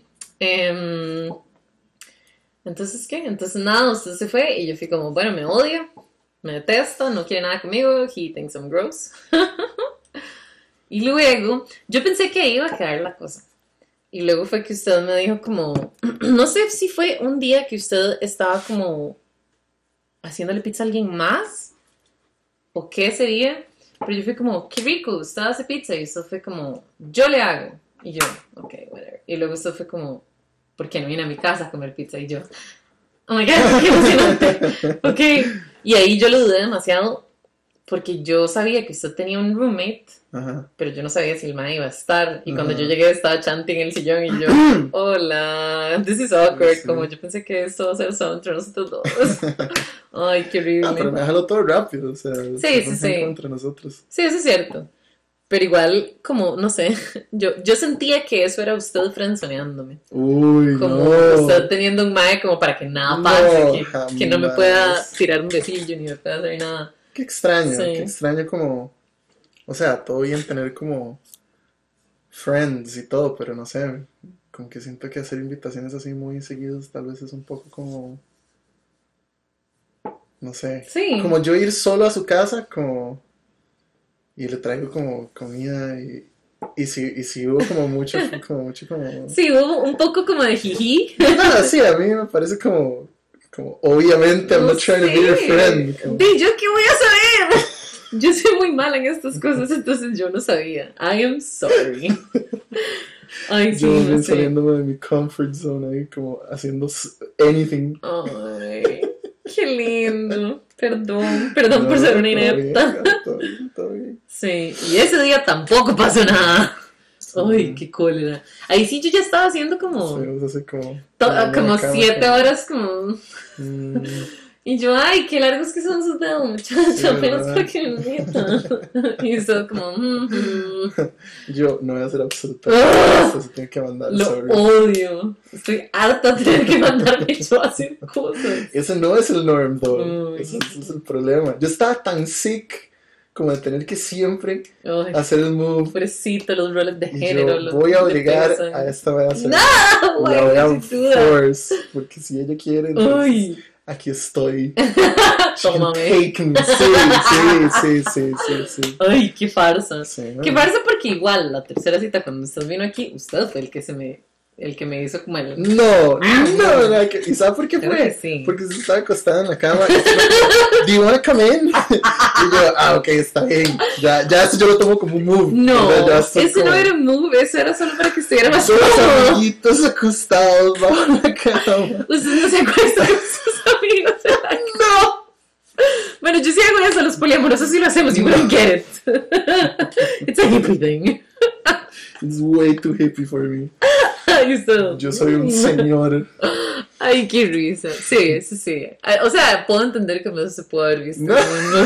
entonces, ¿qué? Entonces nada, usted se fue y yo fui como, bueno, me odia. Me detesta, no quiere nada conmigo, he thinks I'm gross. Y luego, yo pensé que ahí iba a quedar la cosa. Y luego fue que usted me dijo como, no sé si fue un día que usted estaba como haciéndole pizza a alguien más, o qué ese día, pero yo fui como, qué rico, usted hace pizza, y usted fue como, yo le hago. Y yo, ok, whatever. Y luego usted fue como, ¿por qué no viene a mi casa a comer pizza? Y yo, oh my god, qué emocionante. Ok. Y ahí yo lo dudé demasiado porque yo sabía que usted tenía un roommate, ajá, pero yo no sabía si el man iba a estar. Y cuando yo llegué estaba Chanti en el sillón y yo, hola, this is awkward. Sí. Como yo pensé que esto va a ser solo entre nosotros dos. Ay, qué horrible. Pero déjalo todo rápido, o sea, sí. Entre nosotros. Sí, eso es cierto. Pero igual, como, no sé, yo sentía que eso era usted frenzoneándome. Uy, como usted teniendo un mae como para que nada pase, que no me pueda tirar un besillo ni me pueda hacer nada. Qué extraño como, o sea, todo bien tener como friends y todo, pero no sé, como que siento que hacer invitaciones así muy seguidos tal vez es un poco como, no sé, como yo ir solo a su casa, como... Y le traigo como comida y si hubo como mucho Sí, hubo un poco como de jiji. Nada, sí, a mí me parece como obviamente I'm not trying to be your friend. Como... ¿Yo qué voy a saber? Yo soy muy mala en estas cosas, entonces yo no sabía. I am sorry. Ay, sí, yo no saliéndome de mi comfort zone ahí, como haciendo anything. Ay, qué lindo. Perdón por ser una inepta. Todo bien. Sí, y ese día tampoco pasó nada. Ay, qué cólera. Ahí sí yo ya estaba haciendo como... Sí, así como 7 horas como... Y yo, ay, qué largos que son sus dedos, muchachos, sí, apenas para que me metan. Y eso como... Yo no voy a hacer absolutamente eso, se tiene que mandar. Lo odio. Estoy harta de tener que mandarme yo a hacer cosas. Ese no es el norm, though. Ese es el problema. Yo estaba tan sick como de tener que siempre hacer el move. Pobrecito, los roles de género. Yo voy a obligar a esta vez a hacer. No, la voy a force, porque si ella quiere, entonces aquí estoy. Tómame. Take me. Sí. Ay, qué farsa. Sí, qué farsa porque igual, la tercera cita cuando usted vino aquí, usted fue el que se me el que me hizo como el... No, ¿y sabes por qué fue? Sí. Porque se estaba acostada en la cama y do you wanna come in? Y yo, ok, está bien. Ya eso yo lo tomo como un move. No, eso como... no era un move, eso era solo para que estuviera más cómodo. cómodo. Amiguitos acostados bajo la cama. Usted no se acuesta con sus amigos. No. Bueno, yo sí hago eso, los poliamorosos sí lo hacemos, you wouldn't get it. It's a hippie thing. It's way too hippie for me. Yo soy un señor. Ay, qué risa. Sí, eso sí. O sea, puedo entender que eso se puede haber visto. No.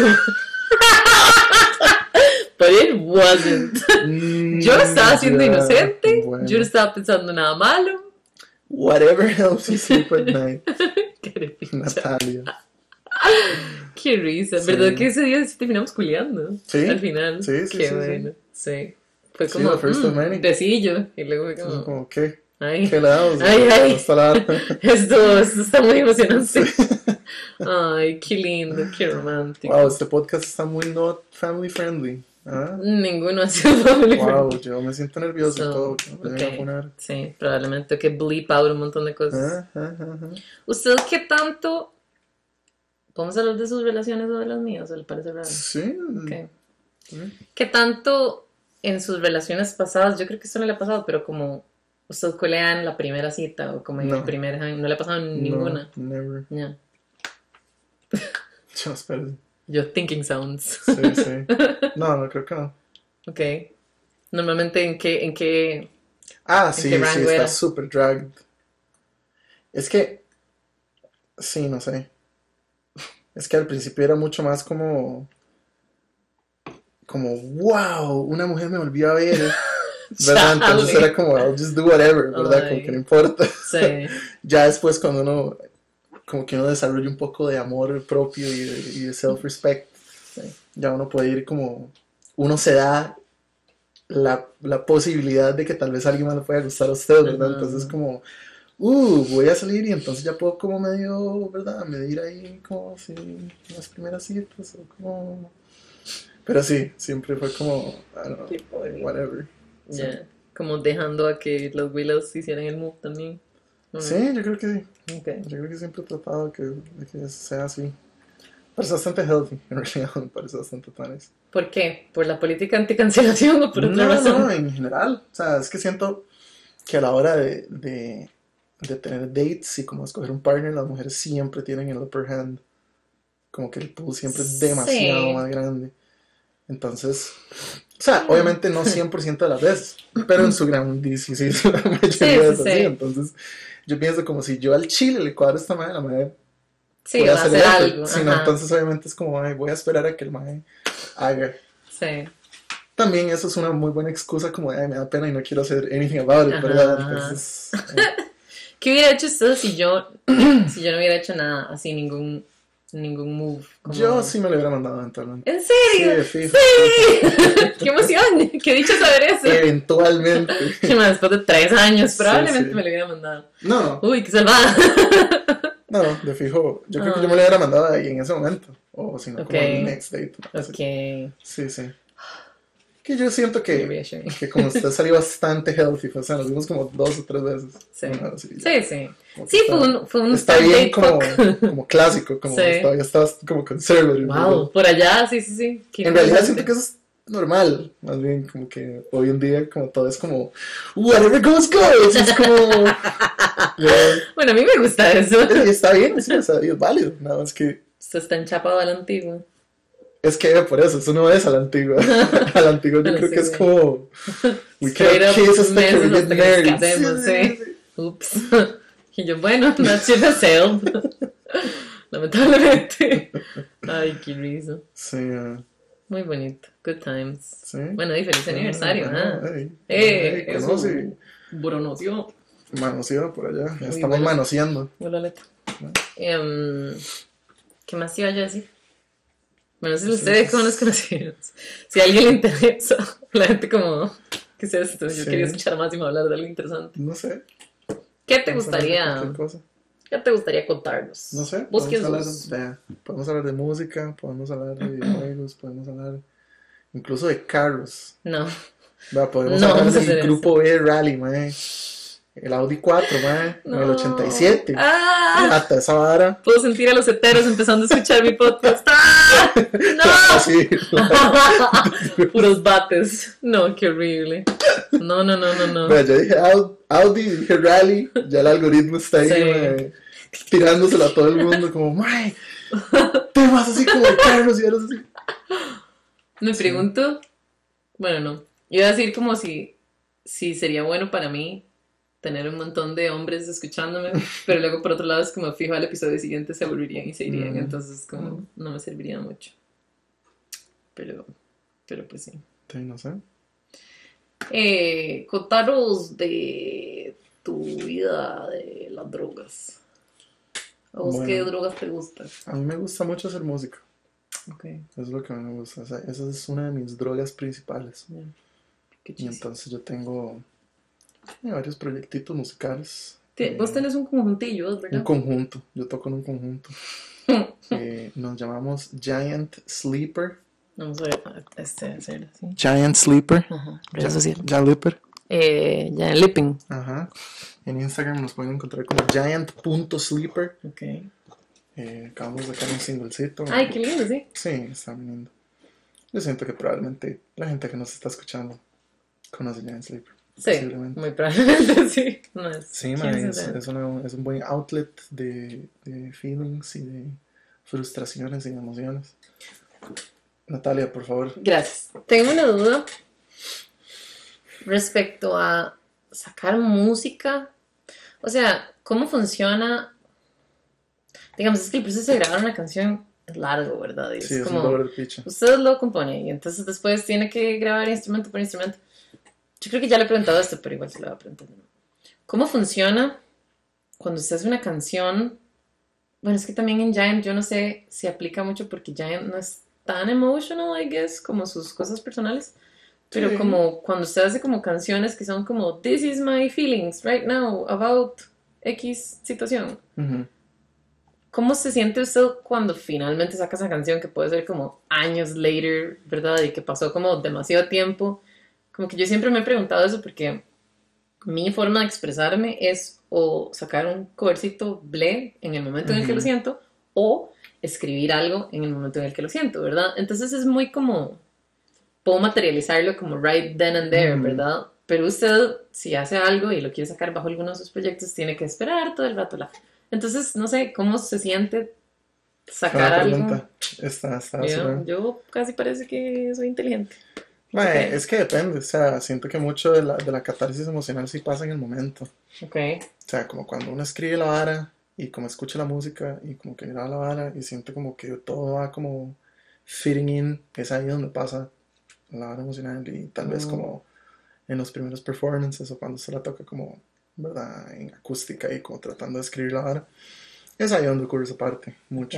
But it wasn't. Yo estaba siendo inocente. Bueno. Yo no estaba pensando nada malo. Whatever helps you sleep at night. Qué Natalia. Qué risa. Sí. ¿Verdad que ese día sí terminamos culiando? Sí. Al final. Sí. Qué bueno. Sí. Fue Sí, como, the first of many. besillo. Y luego fue como, Como, ¿qué? ay, ¿Qué le damos? ay. Hasta la... Esto está muy emocionante. Ay, qué lindo, qué romántico. Wow, este podcast está muy not family friendly. ¿Ah? Ninguno ha sido family Wow, friendly. yo me siento nervioso y todo. Que me vayan a poner. Sí, probablemente que bleep out un montón de cosas. Ajá. ¿Usted qué tanto... ¿Podemos hablar de sus relaciones o de las mías? ¿O le parece raro? Sí. Okay. ¿Qué tanto en sus relaciones pasadas, yo creo que esto no le ha pasado, pero como usted culea en la primera cita o como en el primer año, no le ha pasado en ninguna? No, never. Yeah. Yo, espérate. Yo thinking sounds. Sí. No, creo que no. Ok. Normalmente en qué Sí, qué rango está era? super dragged. Es que, sí, no sé. Es que al principio era mucho más como, wow, una mujer me volvió a ver, ¿verdad? Entonces era como, I'll just do whatever, ¿verdad? Ay. Como que no importa. Sí. Ya después cuando uno, como que uno desarrolla un poco de amor propio y de self-respect, ya uno puede ir como, uno se da la posibilidad de que tal vez alguien más le pueda gustar a usted, ¿verdad? Entonces como, voy a salir y entonces ya puedo como medio, ¿verdad? Medir ahí como así las primeras citas o como... Pero sí, siempre fue como, I don't know, whatever. Sí. Yeah. Como dejando a que los Willows hicieran el move también. Sí, yo creo que sí. Okay. Yo creo que siempre he tratado de que sea así. Parece bastante healthy, en realidad, me parece bastante nice. ¿Por qué? ¿Por la política anticancelación o por otra razón? No, en general. O sea, es que siento que a la hora de tener dates y como escoger un partner, las mujeres siempre tienen el upper hand. Como que el pool siempre es demasiado más grande. Entonces, o sea, obviamente no 100% de las veces, pero en su gran sí, la mayoría es así. Entonces, yo pienso como si yo al chile le cuadro a esta madre, la madre va a hacer algo. Si no, entonces obviamente es como, voy a esperar a que el madre haga. Sí. También eso es una muy buena excusa como de, me da pena y no quiero hacer anything about it, ¿verdad? Entonces... ¿Qué hubiera hecho usted si yo no hubiera hecho nada, así ningún move? Como... Yo sí me lo hubiera mandado eventualmente. ¿En serio? Sí. ¡Qué emoción! ¡Qué dicha saber eso! Eventualmente. Que más después de 3 años probablemente Sí. me lo hubiera mandado. No. Uy, qué salvada. No, de fijo. Yo creo que yo me lo hubiera mandado ahí en ese momento. O si no, como en el next date. Ok. Sí. Que yo siento que como usted salió bastante healthy, o sea, nos vimos como 2 o 3 veces. Sí. Bueno, Sí. Sí, fue un está bien como clásico, como Sí. todavía estabas como conservative. Wow, por allá, sí. En realidad siento que eso es normal, más bien como que hoy en día como todo es como whatever goes. Es como bueno, a mí me gusta eso. Está bien, sí, o sea, es válido, nada más que Esto está enchapado a la antigua. es que por eso no es a la antigua. A la antigua yo creo que es como we Straight can't up kiss hasta que we meses get hasta que nos married. casemos, sí. Ups. Y yo, bueno, that ship has sailed. Lamentablemente. Ay, qué risa. Sí, Muy bonito. Good times. sí. Bueno, y feliz aniversario, Conoce. Bronoció. Manoseado por allá. Muy Estamos bueno. manoseando. Hola, Leta. ¿Qué más iba yo a decir? Bueno, si ustedes cómo nos conocieron. Si a alguien le interesa, la gente como, ¿qué es esto? Yo quería escuchar más y me hablar de algo interesante. No sé. ¿Qué te gustaría contarnos? No sé. Busquen Podemos hablar de música, podemos hablar de videojuegos, podemos hablar incluso de carros. No. Podemos No, hablar vamos a del hacer grupo B Rally, mae. el Audi 4, mae, en el No. 87. ¡Ah! Hasta esa vara. Puedo sentir a los heteros empezando a escuchar mi podcast. ¡Ah! ¡No! Así, Puros bates. No, qué horrible. No. Vea, yo dije Audi, dije Rally, ya el algoritmo está ahí, Sí. mae, tirándoselo a todo el mundo, como, mae, temas así como de carros y eres así. Me pregunto, bueno, no. Iba a decir como si sería bueno para mí tener un montón de hombres escuchándome, pero luego por otro lado es como fijo al episodio siguiente se aburrirían y se irían, entonces como no me serviría mucho. Pero pues sí. Sí, no sé. Contaros de tu vida de las drogas. ¿A vos Bueno. qué drogas te gustan? A mí me gusta mucho hacer música. Ok, Eso es lo que a mí me gusta. O sea, esa es una de mis drogas principales. ya. Qué Y chiste. entonces yo tengo varios proyectitos musicales. Vos tenés un conjuntillo, ¿verdad? Un conjunto. Yo toco en un conjunto. Nos llamamos Giant Sleeper. Vamos a ver, hacer así. Giant Sleeper. Ajá, redes sociales. Giant Sleeper. Ya en Lipping. Ajá. En Instagram nos pueden encontrar como giant.sleeper. Ok. Acabamos de sacar un singlecito. Ay, qué lindo, sí. Sí, está muy lindo. Yo siento que probablemente la gente que nos está escuchando conoce Giant Sleeper. Sí, Posiblemente. muy probablemente sí. No es. Sí, ¿quién man, será? es un buen outlet de feelings y de frustraciones y emociones. Natalia, por favor. Gracias. Tengo una duda respecto a sacar música. O sea, ¿cómo funciona? Digamos, es que el proceso de grabar una canción es largo, ¿verdad? Y Sí, es es un como, dolor de picha. usted lo compone y entonces después tiene que grabar instrumento por instrumento. Yo creo que ya le he preguntado esto, pero igual se lo voy a preguntar. ¿Cómo funciona cuando usted hace una canción? Bueno, es que también en Giant yo no sé si aplica mucho porque Giant no es tan emotional, I guess, como sus cosas personales. Pero Sí. como cuando usted hace como canciones que son como This is my feelings right now about X situación. Ujú. ¿Cómo se siente usted cuando finalmente saca esa canción que puede ser como años later, ¿verdad? Y que pasó como demasiado tiempo. Como que yo siempre me he preguntado eso porque mi forma de expresarme es o sacar un covercito ble en el momento en el que lo Ujú. siento o escribir algo en el momento en el que lo siento, ¿verdad? Entonces es muy como, puedo materializarlo como right then and there, Ujú. ¿verdad? Pero usted, si hace algo y lo quiere sacar bajo alguno de sus proyectos, tiene que esperar todo el rato. Entonces, no sé, ¿cómo se siente sacar Buena algo? pregunta. Está súper. Yo casi parece que soy inteligente. Mae, Ok. es que depende. O sea, siento que mucho de la catarsis emocional sí pasa en el momento. Ok. O sea, como cuando uno escribe la vara y como escucha la música y como que graba la vara y siente como que todo va como fitting in, es ahí donde pasa la vara emocional y tal vez como en los primeros performances o cuando se la toca como, ¿verdad? En acústica y como tratando de escribir la vara. Es ahí donde ocurre esa parte.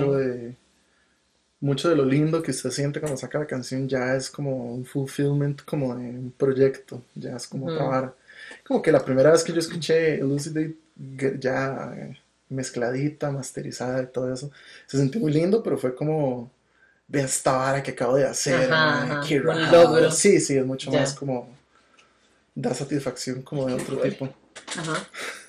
Mucho de lo lindo que usted siente cuando saca la canción ya es como un fulfillment, como de un proyecto, ya es como otra vara. Como que la primera vez que yo escuché Elucidate ya mezcladita, masterizada y todo eso, se sintió muy lindo, pero fue como, ve esta vara que acabo de hacer, Ajá, mae, ajá, qué un rajado. logro. Sí, es mucho Ya. más como, da satisfacción como de otro Fuerte. tipo. Ajá.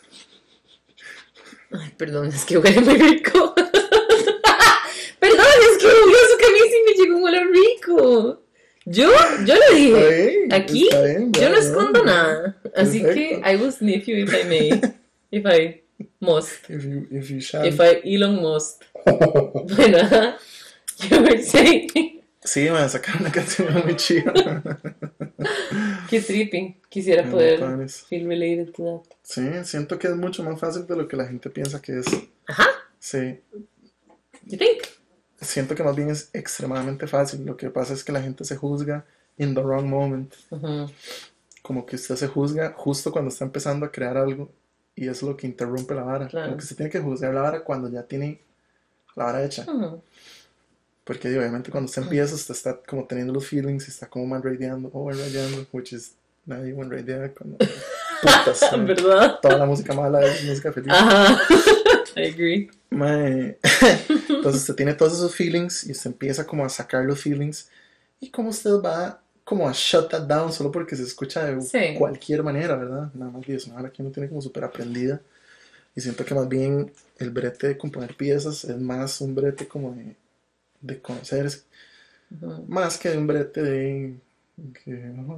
Ay, perdón, es que huele muy rico. Perdón, es que obvio que a mí sí me llegó un olor rico. Yo lo dije. Está bien, Aquí está bien, yo ya, no ya, escondo ya. nada. Así que Perfecto. I will sniff you if I may. If I must. If you shall. If I Elon must. Bueno, ajá. You were saying. Sí, me sacar una canción muy chida. Qué tripping. Quisiera Muy poder padres. feel related to that. Sí, siento que es mucho más fácil de lo que la gente piensa que es. Ajá. Sí, You think? siento que más bien es extremadamente fácil. Lo que pasa es que la gente se juzga in the wrong moment. Ujú. Como que usted se juzga justo cuando está empezando a crear algo y eso es lo que interrumpe la vara. Claro. Como que usted tiene que juzgar la vara cuando ya tiene la vara hecha. Ujú. Porque obviamente cuando usted empieza, usted está como teniendo los feelings y está como man-radeando, over-radeando, which is nadie one-radea cuando putas. ¿Verdad? Toda la música mala es música feliz. Ajá. I agree. Mae. Entonces usted tiene todos esos feelings y usted empieza como a sacar los feelings y como usted va como a shut that down solo porque se escucha de Sí. cualquier manera, ¿verdad? Nada más que es una hora que uno tiene como súper aprendida. Y siento que más bien el brete de componer piezas es más un brete como de conocer, Ujú. más que un brete de que,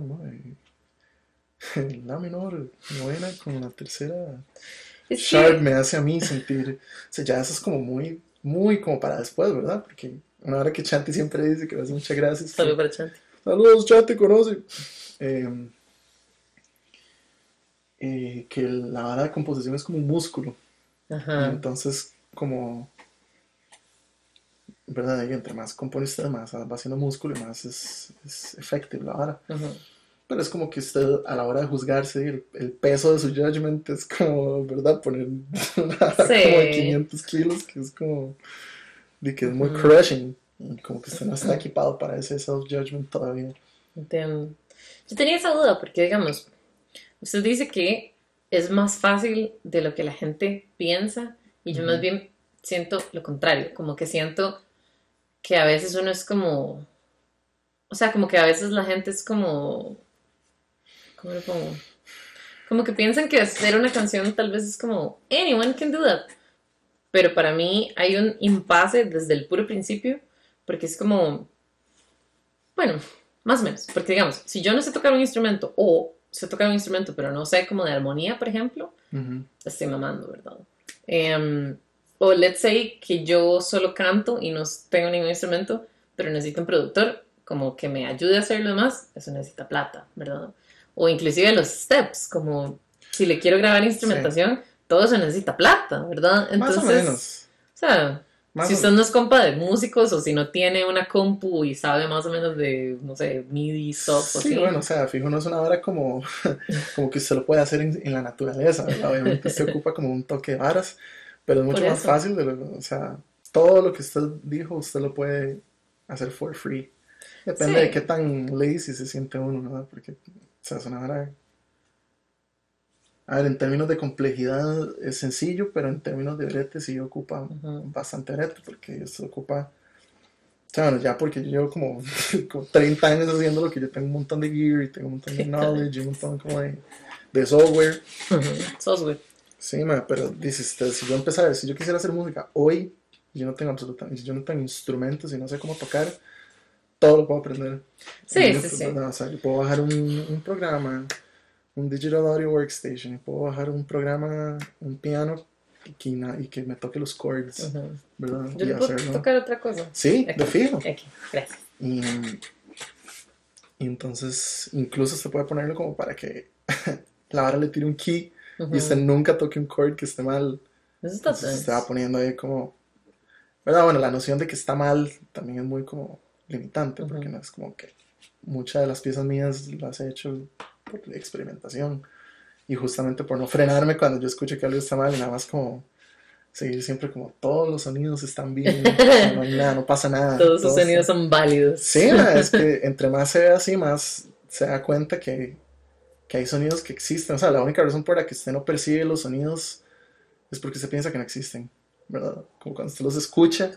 la menor, novena con la tercera Es sharp que, me hace a mí sentir, o sea, ya eso es como muy, muy como para después, ¿verdad? Porque una hora que Chanti siempre dice que le hace muchas gracias, salud que para Chanti. saludos Chanti, conoce, eh, que la vara de composición es como un músculo, y Ajá. entonces como, ¿verdad? Y entre más compone usted, más va haciendo músculo y más es efectiva la vara. Ujú. Pero es como que usted a la hora de juzgarse, el peso de su judgment es como, ¿verdad? Poner una vara como de Sí. 500 kilos, que es como, de que es muy Ujú. crushing. Y como que usted no está equipado para ese self-judgment todavía. Entiendo. Yo tenía esa duda porque, digamos, usted dice que es más fácil de lo que la gente piensa y yo más Ujú. bien siento lo contrario, como que siento que a veces uno es como, o sea, como que a veces la gente es como, ¿cómo lo pongo? Como que piensan que hacer una canción tal vez es como, anyone can do that, pero para mí hay un impasse desde el puro principio, porque es como, bueno, más o menos, porque digamos, si yo no sé tocar un instrumento o sé tocar un instrumento pero no sé como de armonía, por ejemplo, Ujú. estoy mamando, ¿verdad? Em, o let's say que yo solo canto y no tengo ningún instrumento, pero necesito un productor como que me ayude a hacer lo demás, eso necesita plata, ¿verdad? O inclusive los steps, como si le quiero grabar Sí, instrumentación, todo eso necesita plata, ¿verdad? más o Entonces, menos. o sea, Más si o usted no menos. es compa de músicos o si no tiene una compu y sabe más o menos de, no sé, MIDI stuff o Sí, así, bueno, o sea, fijo, no es una vara como, como que usted lo puede hacer en la naturaleza, ¿verdad? Obviamente usted ocupa como un toque de varas, pero es por mucho más eso, fácil o sea, todo lo que usted dijo, usted lo puede hacer for free. Depende de qué sí, tan lazy se siente uno, ¿verdad? Porque, o sea, es una vara. A ver, en términos de complejidad es sencillo, pero en términos de brete sí ocupa ujú, bastante brete, porque esto ocupa. O sea, bueno, ya porque yo llevo como, como 30 años haciendo lo que yo tengo un montón de gear y tengo un montón de qué caray. knowledge y un montón como de software. Ujú, sos güey. Sí, pero dices, si yo empezara, si yo quisiera hacer música hoy, yo no tengo absolutamente, yo no tengo instrumentos y no sé cómo tocar, todo lo puedo aprender en Sí, sí, minutos, sí. ¿verdad? O sea, yo puedo bajar un programa, un Digital Audio Workstation, y puedo bajar un programa, un piano y que me toque los chords, Ujú. ¿verdad? Yo Y le puedo hacerlo. tocar otra cosa. Sí, de Aquí, fijo. aquí, gracias. Y, y entonces incluso usted puede ponerlo como para que la vara le tire un key y usted Ujú. nunca toque un chord que esté mal. Eso está Entonces usted va nice. poniendo ahí como, ¿verdad? Bueno, la noción de que está mal también es muy como limitante porque Ujú. no es como que muchas de las piezas mías las he hecho por experimentación y justamente por no frenarme cuando yo escucho que algo está mal y nada más como seguir siempre como todos los sonidos están bien, o sea, no hay nada, no pasa nada, Todos sus todo sonidos está. son válidos. Sí, es que entre más se ve así, más se da cuenta que hay sonidos que existen. O sea, la única razón por la que usted no percibe los sonidos es porque usted piensa que no existen, ¿verdad? Como cuando usted los escucha,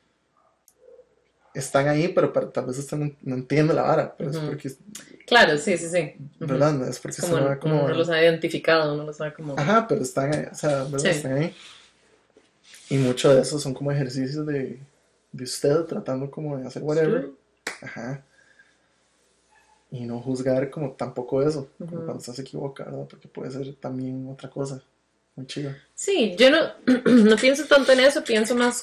están ahí, pero tal vez usted no entiende la vara, pero es Ujú. porque, Claro, sí, sí, sí. Ujú. ¿verdad? No es Es porque como usted no va uno no como. los ha identificado, uno los ha como... Ajá, pero están ahí, o sea, ¿verdad? Sí. Están ahí. Y mucho de eso son como ejercicios de usted tratando como de hacer whatever. True. Ajá. Y no juzgar como tampoco eso, como cuando Ujú. usted se equivoca, ¿verdad? Porque puede ser también otra cosa, muy chido. Sí, yo no, no pienso tanto en eso, pienso más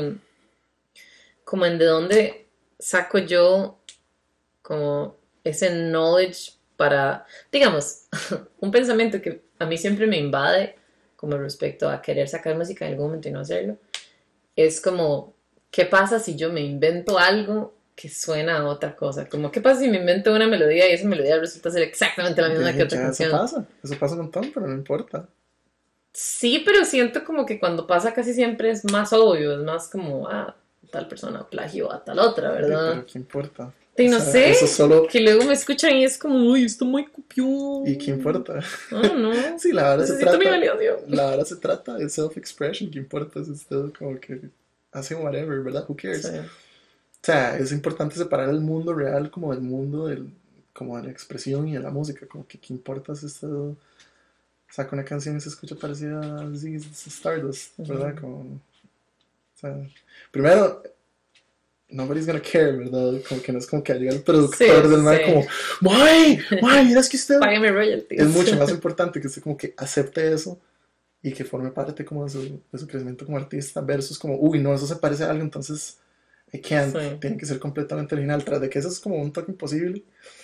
como en de dónde saco yo como ese knowledge para, digamos, un pensamiento que a mí siempre me invade como respecto a querer sacar música en algún momento y no hacerlo, es como, ¿qué pasa si yo me invento algo que suena a otra cosa? Como, ¿qué pasa si me invento una melodía y esa melodía resulta ser exactamente la misma que otra Ya canción? eso pasa un montón, pero no importa. Sí, pero siento como que cuando pasa casi siempre es más obvio, es más como, ah, tal persona plagio a tal otra, ¿verdad? Pero ¿qué importa? Y O no sea, sé, eso solo. que luego me escuchan y es como, uy, esto muy ¿Y qué copión. importa? Ah, no, Sí, necesito mi validación. la hora se trata de self-expression, ¿qué importa si usted como que hace whatever, ¿verdad? Who Sí. cares? O sea, es importante separar el mundo real como del mundo del, como a la expresión y a la música, como que qué importa si usted saca una canción y se escucha parecida a Ziggy Stardust, ¿verdad? Como, o sea, primero, nobody's gonna care, ¿verdad? Como que no es como que llega el productor del man como, ¡May! Mira, es que usted... Págame royalties. Es mucho más importante que usted como que acepte eso y que forme parte como de su crecimiento como artista versus como, uy, no, eso se parece a algo, entonces I can't, tiene que ser completamente original. Tras de que eso es como un toque imposible.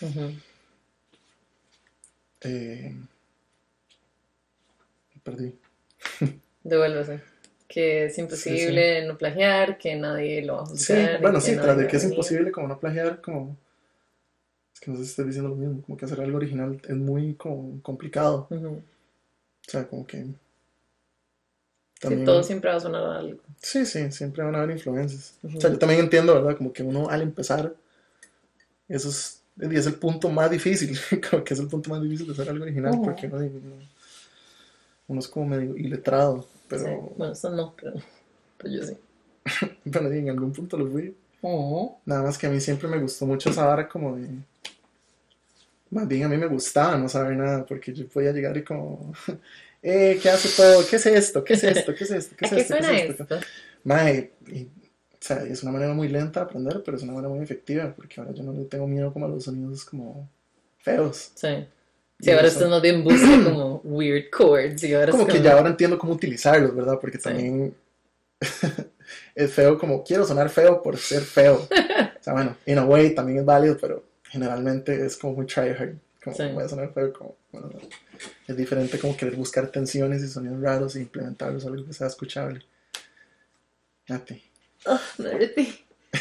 Perdí. Devuélvase. Que es imposible no plagiar, que nadie lo va a juzgar. Sí, bueno, sí, tras de que es imposible como no plagiar, como... Es que no sé si estoy diciendo lo mismo, como que hacer algo original es muy como complicado. O sea, como que... También, sí, todo siempre va a sonar a algo. Sí, siempre van a haber influencias. O sea, yo también entiendo, ¿verdad? Como que uno al empezar, eso es el punto más difícil, como que es el punto más difícil de hacer algo original, porque uno es como medio iletrado, pero... Sí. Bueno, eso no, pero yo sí. Bueno, en algún punto lo fui. Nada más que a mí siempre me gustó mucho esa vara como de... Más bien a mí me gustaba no saber nada, porque yo podía llegar y como... ¿qué hace todo? ¿Qué es esto? ¿Qué es esto? ¿Qué es esto? ¿Qué es esto? ¿Qué suena esto? Mae, o sea, es una manera muy lenta de aprender, pero es una manera muy efectiva, porque ahora yo no le tengo miedo como a los sonidos como feos. Sí. Sí, ahora esto no bien busca como weird chords. Y ahora como que ya ahora entiendo cómo utilizarlos, ¿verdad? Porque también es feo como, quiero sonar feo por ser feo. O sea, bueno, in a way también es válido, pero generalmente es como muy tryhard. Como voy a sonar feo, como, bueno, es diferente como querer buscar tensiones y sonidos raros e implementarlos a algo que sea escuchable. Nati. Oh, Nati.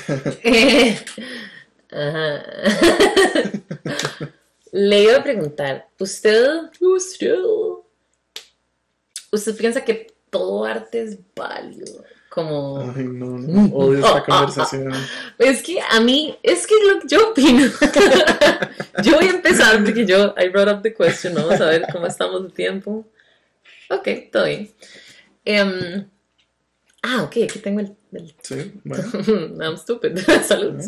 Ajá. Le iba a preguntar, ¿usted piensa que todo arte es válido? Como... Ay, no, odio esta conversación. Es que a mí, es que lo que yo opino. Yo voy a empezar porque I brought up the question, vamos a ver cómo estamos de tiempo. Ok, todo bien. Ok, aquí tengo el... Sí, bueno. I'm stupid. Saludos.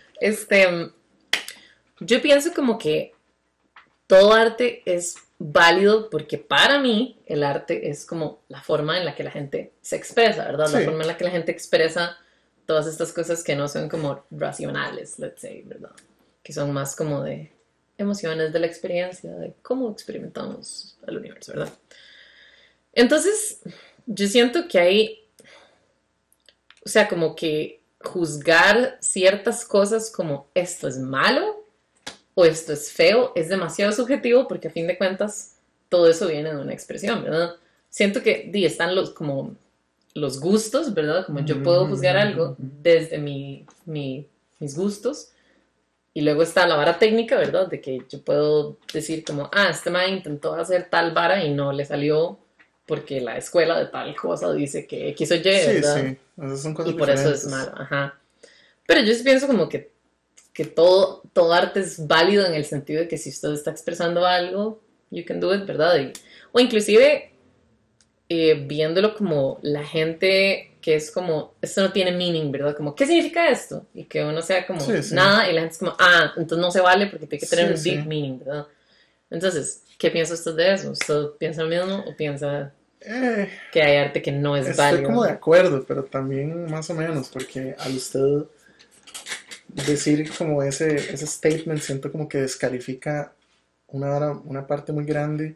Yo pienso como que todo arte es válido porque para mí el arte es como la forma en la que la gente se expresa, ¿verdad? Sí. La forma en la que la gente expresa todas estas cosas que no son como racionales, let's say, ¿verdad? Que son más como de emociones, de la experiencia, de cómo experimentamos el universo, ¿verdad? Entonces, yo siento que hay, o sea, como que juzgar ciertas cosas como esto es malo o esto es feo, es demasiado subjetivo porque a fin de cuentas todo eso viene de una expresión, ¿verdad? Siento que están como los gustos, ¿verdad? Como yo puedo juzgar algo desde mis gustos y luego está la vara técnica, ¿verdad? De que yo puedo decir como, este man intentó hacer tal vara y no le salió porque la escuela de tal cosa dice que X o Y, ¿verdad? Sí, esas son cosas y por diferentes. Eso es malo, ajá. Pero yo pienso como que todo arte es válido en el sentido de que si usted está expresando algo, you can do it, ¿verdad? O inclusive viéndolo como la gente que es como, esto no tiene meaning, ¿verdad? Como, ¿qué significa esto? Y que uno sea como, nada, y la gente es como, entonces no se vale porque tiene que tener un deep meaning, ¿verdad? Entonces, ¿qué piensa usted de eso? ¿Usted piensa lo mismo o piensa que hay arte que no es válido? Estoy como de acuerdo, pero también más o menos, porque al usted decir como ese statement, siento como que descalifica una parte muy grande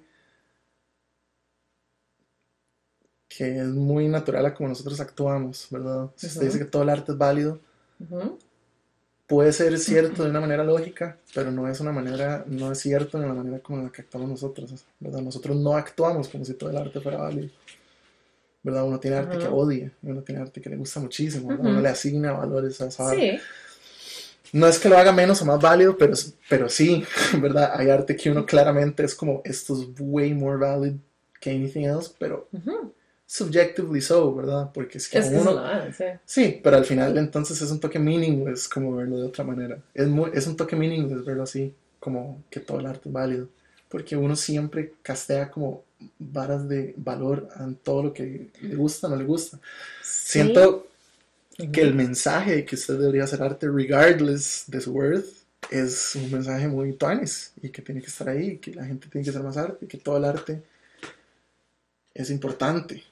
que es muy natural a como nosotros actuamos, ¿verdad? Si usted dice que todo el arte es válido, puede ser cierto de una manera lógica, pero no es cierto de la manera como la que actuamos nosotros, ¿verdad? Nosotros no actuamos como si todo el arte fuera válido, ¿verdad? Uno tiene arte que odia, uno tiene arte que le gusta muchísimo, ¿verdad? Uno le asigna valores a esa arte. Sí. No es que lo haga menos o más válido, pero sí, ¿verdad? Hay arte que uno claramente es como, esto es way more valid que anything else, pero subjectively so, ¿verdad? Porque es que uno... Sí, pero al final entonces es un toque meaningless como verlo de otra manera. Es un toque meaningless verlo así, como que todo el arte es válido. Porque uno siempre castea como varas de valor en todo lo que le gusta o no le gusta. Sí. Siento que el mensaje de que usted debería hacer arte regardless de su worth es un mensaje muy tuanis y que tiene que estar ahí, que la gente tiene que hacer más arte, que todo el arte es importante.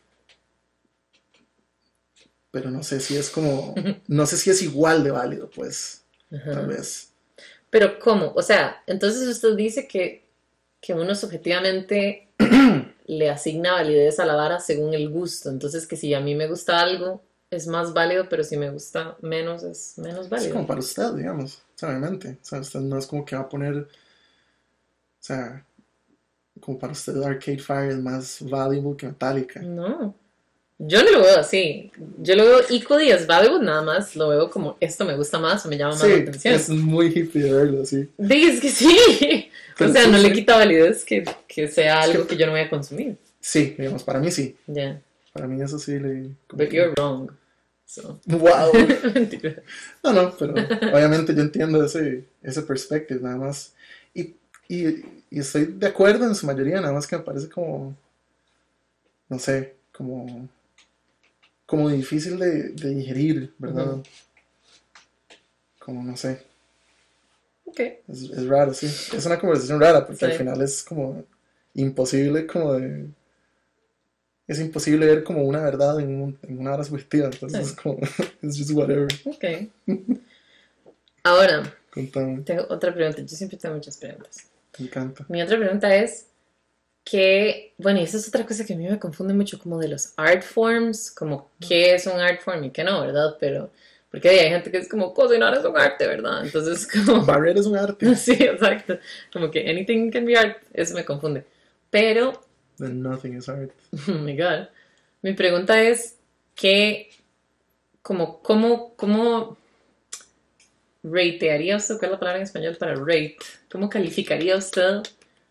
Pero no sé si es como, no sé si es igual de válido, pues, tal vez. Pero ¿cómo? O sea, entonces usted dice que uno subjetivamente le asigna validez a la vara según el gusto. Entonces que si a mí me gusta algo es más válido, pero si me gusta menos es menos Es válido. como para usted, digamos, o sea, obviamente. O sea, usted no es como que va a poner, o sea, como para usted Arcade Fire es más valuable que Metallica. No, yo no lo veo así. Yo lo veo equally as valuable, nada más lo veo como esto me gusta más o me llama más la Sí, atención. es muy hippie de verlo así. Dices que sí. O Pero sea, sí, no le sí. quita validez que sea Es algo que que yo no voy a consumir. sí, digamos, para mí sí. Ya. Para mí eso sí le... Como But que... you're wrong. So. ¡Wow! Mentira. No, pero obviamente yo entiendo ese perspective, nada más. Y, y estoy de acuerdo en su mayoría, nada más que me parece como, no sé, como difícil de digerir, ¿verdad? Como, no sé, Ok. es raro, sí. Es una conversación rara, porque al Sí. final es como imposible, es imposible ver como una verdad en una hora subjetiva, entonces Sí. es como, it's just whatever. Ok. Ahora, Contame, tengo otra pregunta. Yo siempre tengo muchas preguntas. me encanta. Mi otra pregunta es que, bueno, y eso es otra cosa que a mí me confunde mucho, como de los art forms, como qué es un art form y qué no, ¿verdad? Pero, porque hay gente que es como, cocinar es un arte, ¿verdad? Entonces, como, Barrer es un arte, sí, exacto, como que anything can be art, eso me confunde. Pero, then nothing is art. oh my God, mi pregunta es, ¿qué, como, cómo ratearía usted, ¿cuál es la palabra en español para rate? ¿Cómo calificaría usted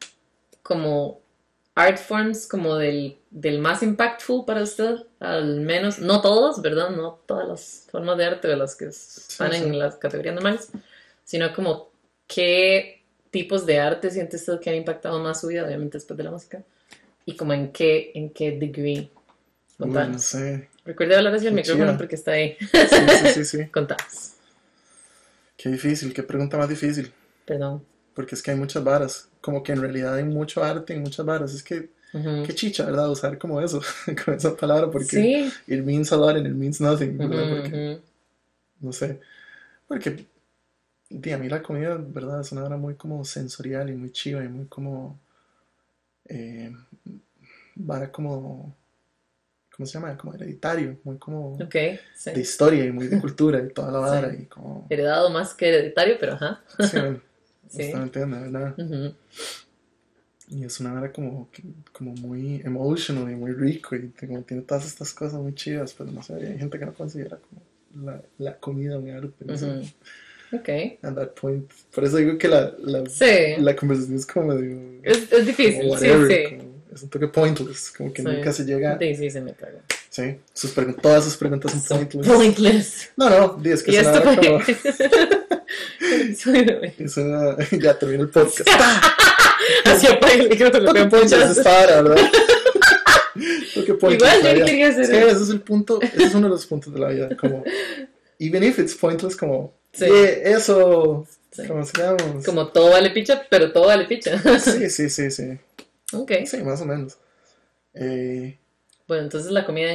como art forms como del más impactful para usted? Al menos, no todos, ¿verdad? No todas las formas de arte de las que están Sí, sí. en las categorías normales, sino como qué tipos de arte siente usted que han impactado más su vida, obviamente después de la música, y como en qué degree. Uy, no Contanos. sé. Recuerde hablar hacia el Qué micrófono chiva. porque está ahí. Sí. Contanos. Qué difícil, qué pregunta más difícil. Perdón. Porque es que hay muchas varas. Como que en realidad hay mucho arte en muchas varas. Es que, Ujú. qué chicha, ¿verdad? Usar como eso, con esa palabra, porque Sí. it means a lot and it means nothing, Ujú, ¿verdad? Porque, ujú. no sé. Porque, a mí la comida, ¿verdad? Es una vara muy como sensorial y muy chiva y muy como, eh, vara como, ¿cómo se llama? Como hereditario, muy como Ok, sí. de historia y muy de cultura y toda la vara Sí. y como, Heredado más que hereditario, pero ajá. sí, bueno, usted me Sí. entiende, ¿verdad? Ujú. Y es una hora como muy emotional y muy rico y como tiene todas estas cosas muy chidas, pero no sé, hay gente que no considera como la comida un arte, no sé, Ujú. Ok. at that point. Por eso digo que Sí. la conversación es como medio, Es como difícil, sí, whatever, sí. como, es un toque pointless, como que nunca Sí. se llega, Sí, sí, se me cago. sí, todas sus preguntas son Son pointless. pointless. No, es que Y es una esto hora fue. como, Soy de hoy. ya terminó el podcast. Así apaga el micrófono, le Toque pego pointless puchazos. esta hora, ¿verdad? Toque pointless Igual la yo vida. ni quería hacer Es que eso. ese es el punto, ese es uno de los puntos de la vida, como, even if it's pointless, como, Sí. yeah, eso, Sí. ¿cómo se llama? Como todo vale picha, pero todo vale picha. Sí, Ok. sí, más o menos. Eh, Bueno, entonces la comida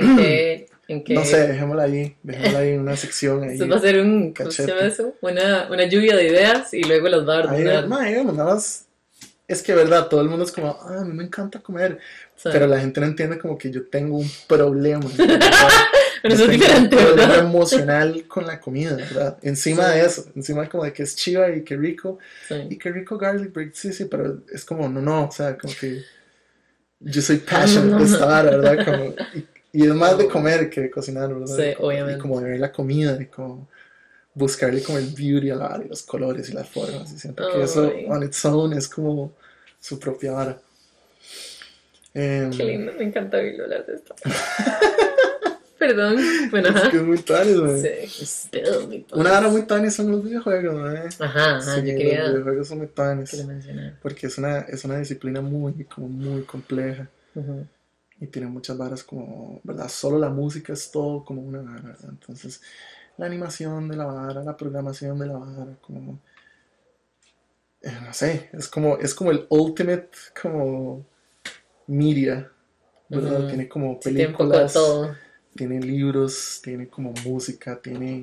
en no sé, qué dejémosla ahí en una sección esto va a ahí, ser ¿cómo se llama cachete. eso? Una lluvia de ideas y luego las va a Ahí, ordenar. nada más, es que verdad, todo el mundo es como, a mí me encanta comer, Sí. pero la gente no entiende como que yo tengo un problema, ¿verdad? Pero Yo eso es tengo diferente, un problema ¿verdad? emocional con la comida, ¿verdad? Encima Sí. de eso, encima como de que es chiva y qué rico, Sí. y qué rico garlic bread, sí, pero es como, no, o sea, como que yo soy No, passionate de esta no. vara, ¿verdad? Como, y es más de Oh, comer que de cocinar, ¿verdad? sí, Y obviamente. como de ver la comida, y como buscarle como el beauty a la vara, y los colores y las formas, y siento que eso Ay, on its own es como su propia vara. qué Em, lindo, me encanta oírlo hablar de esto. Perdón. Bueno, es que ajá. es muy tuanis, Sí, man. still mi Una país. vara muy tuanis son los videojuegos, ¿no? Ajá, Sí, yo los quería videojuegos son muy que le tuanis, mencionara. porque es una disciplina como muy compleja Ujú. y tiene muchas varas como, ¿verdad? Solo la música es todo como una vara, ¿verdad? Entonces, la animación de la vara, la programación de la vara, como no sé, es como el ultimate, como media, ¿verdad? Tiene como Sí, tiene un poco de películas, todo. tiene libros, tiene como música,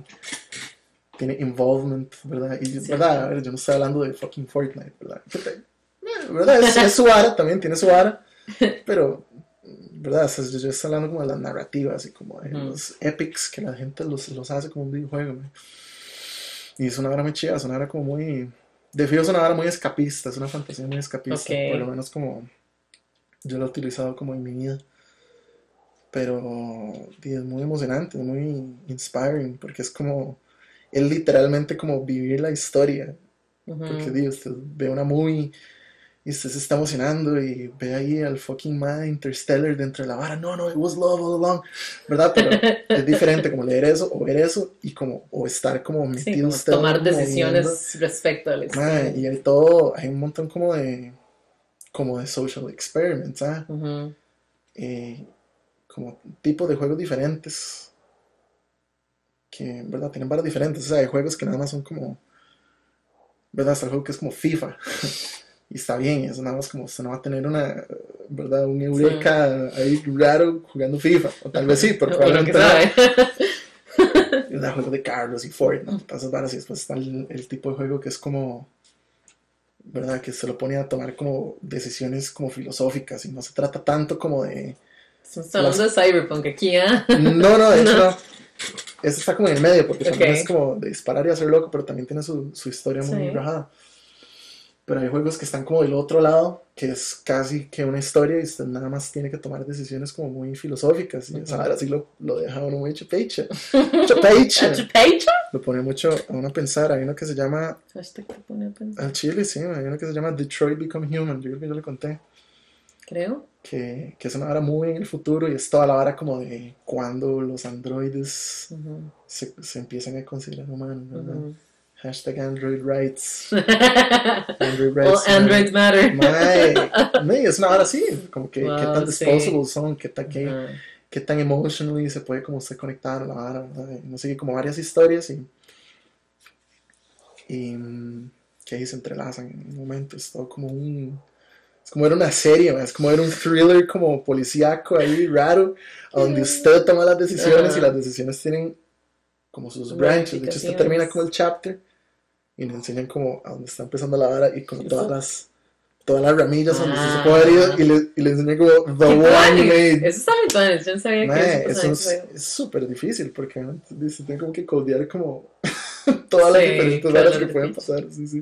tiene involvement, ¿verdad? Y, ¿verdad? A Cierto. ver, yo no estoy hablando de fucking Fortnite, ¿verdad? ¿Verdad? Es su vara también, tiene su vara, pero, ¿verdad? O sea, yo estoy hablando como de las narrativas y como de Ujú. los epics que la gente los hace como un videojuego, ¿no? Y es una vara muy chida, es una vara como muy... De fijo es una vara muy escapista, es una fantasía muy Ok. escapista, por lo menos como yo lo he utilizado como en mi vida. Pero y es muy emocionante, es muy inspiring, porque es como, es literalmente como vivir la historia. Porque Ujú. Dios, usted ve una movie y usted se está emocionando y ve ahí al fucking man Interstellar dentro de la vara. No, no, it was love all along, ¿verdad? Pero es diferente como leer eso o ver eso y como, o estar como Sí, metido como usted tomar moviendo. decisiones respecto a la Man, historia. y hay todo, hay un montón como de social experiments, ¿ah? Ujú. Eh, como tipos de juegos diferentes que, ¿verdad? Tienen varas diferentes. O sea, hay juegos que nada más son como, ¿verdad? Está el juego que es como FIFA. Y está bien, eso nada más como usted no va a tener una, ¿verdad? Un Sí. eureka ahí raro jugando FIFA. O tal vez sí, pero Uno que probablemente no. sabe. ¿Verdad? Juegos de Carlos y Fortnite, todas esas varas. Y después está el tipo de juego que es como, ¿verdad? Que se lo pone a tomar como decisiones como filosóficas y no se trata tanto como de Estamos hablando de las... Cyberpunk aquí, ¿ah? No, no, de hecho No. no. Eso está como en el medio, porque también es Ok. como de disparar y hacer loco, pero también tiene su historia muy Sí. rajada. Pero hay juegos que están como del otro lado, que es casi que una historia y usted nada más tiene que tomar decisiones como muy filosóficas. Y esa Ujú. ahora sí lo deja a uno muy chupecha. Chupecha. ¿Chupecha? Lo pone mucho a uno a pensar. Hay uno que se llama, Hashtag te pone a al pensar. chile, sí, hay uno que se llama Detroit Become Human. Yo creo que yo le conté. Creo. Que es una vara muy en el futuro y es toda la vara como de cuando los androides Ujú. se empiezan a considerar humanos, ¿verdad? Ujú. Hashtag Android Rights. Android All Rights Matter. androids matter. Mae, mae, es una hora así, como que qué tan Wow, disposable sí. son, Ajá. qué tan emotionally se puede como usted conectar a la vara, ¿verdad? No sé, como varias historias y que ahí se entrelazan en un momento, es todo como es como era una serie, mae, es como era un thriller como policíaco ahí raro, donde usted toma las decisiones y las Ajá. decisiones tienen como sus branches, de hecho usted termina como el Ramificaciones. chapter y le enseñan como a dónde está empezando la vara y como Eso. todas las ramillas donde usted se puede haber ido Ah. y le enseñan como The ¡Qué One You tuanis! Made. Eso está muy tuanis. Yo no sabía que eso Mae, pasaba eso en ese juego. es súper difícil porque ¿no? Se tiene como que codear como todas las Sí, diferentes que varas hablar que de pueden pitch. pasar. Sí, sí.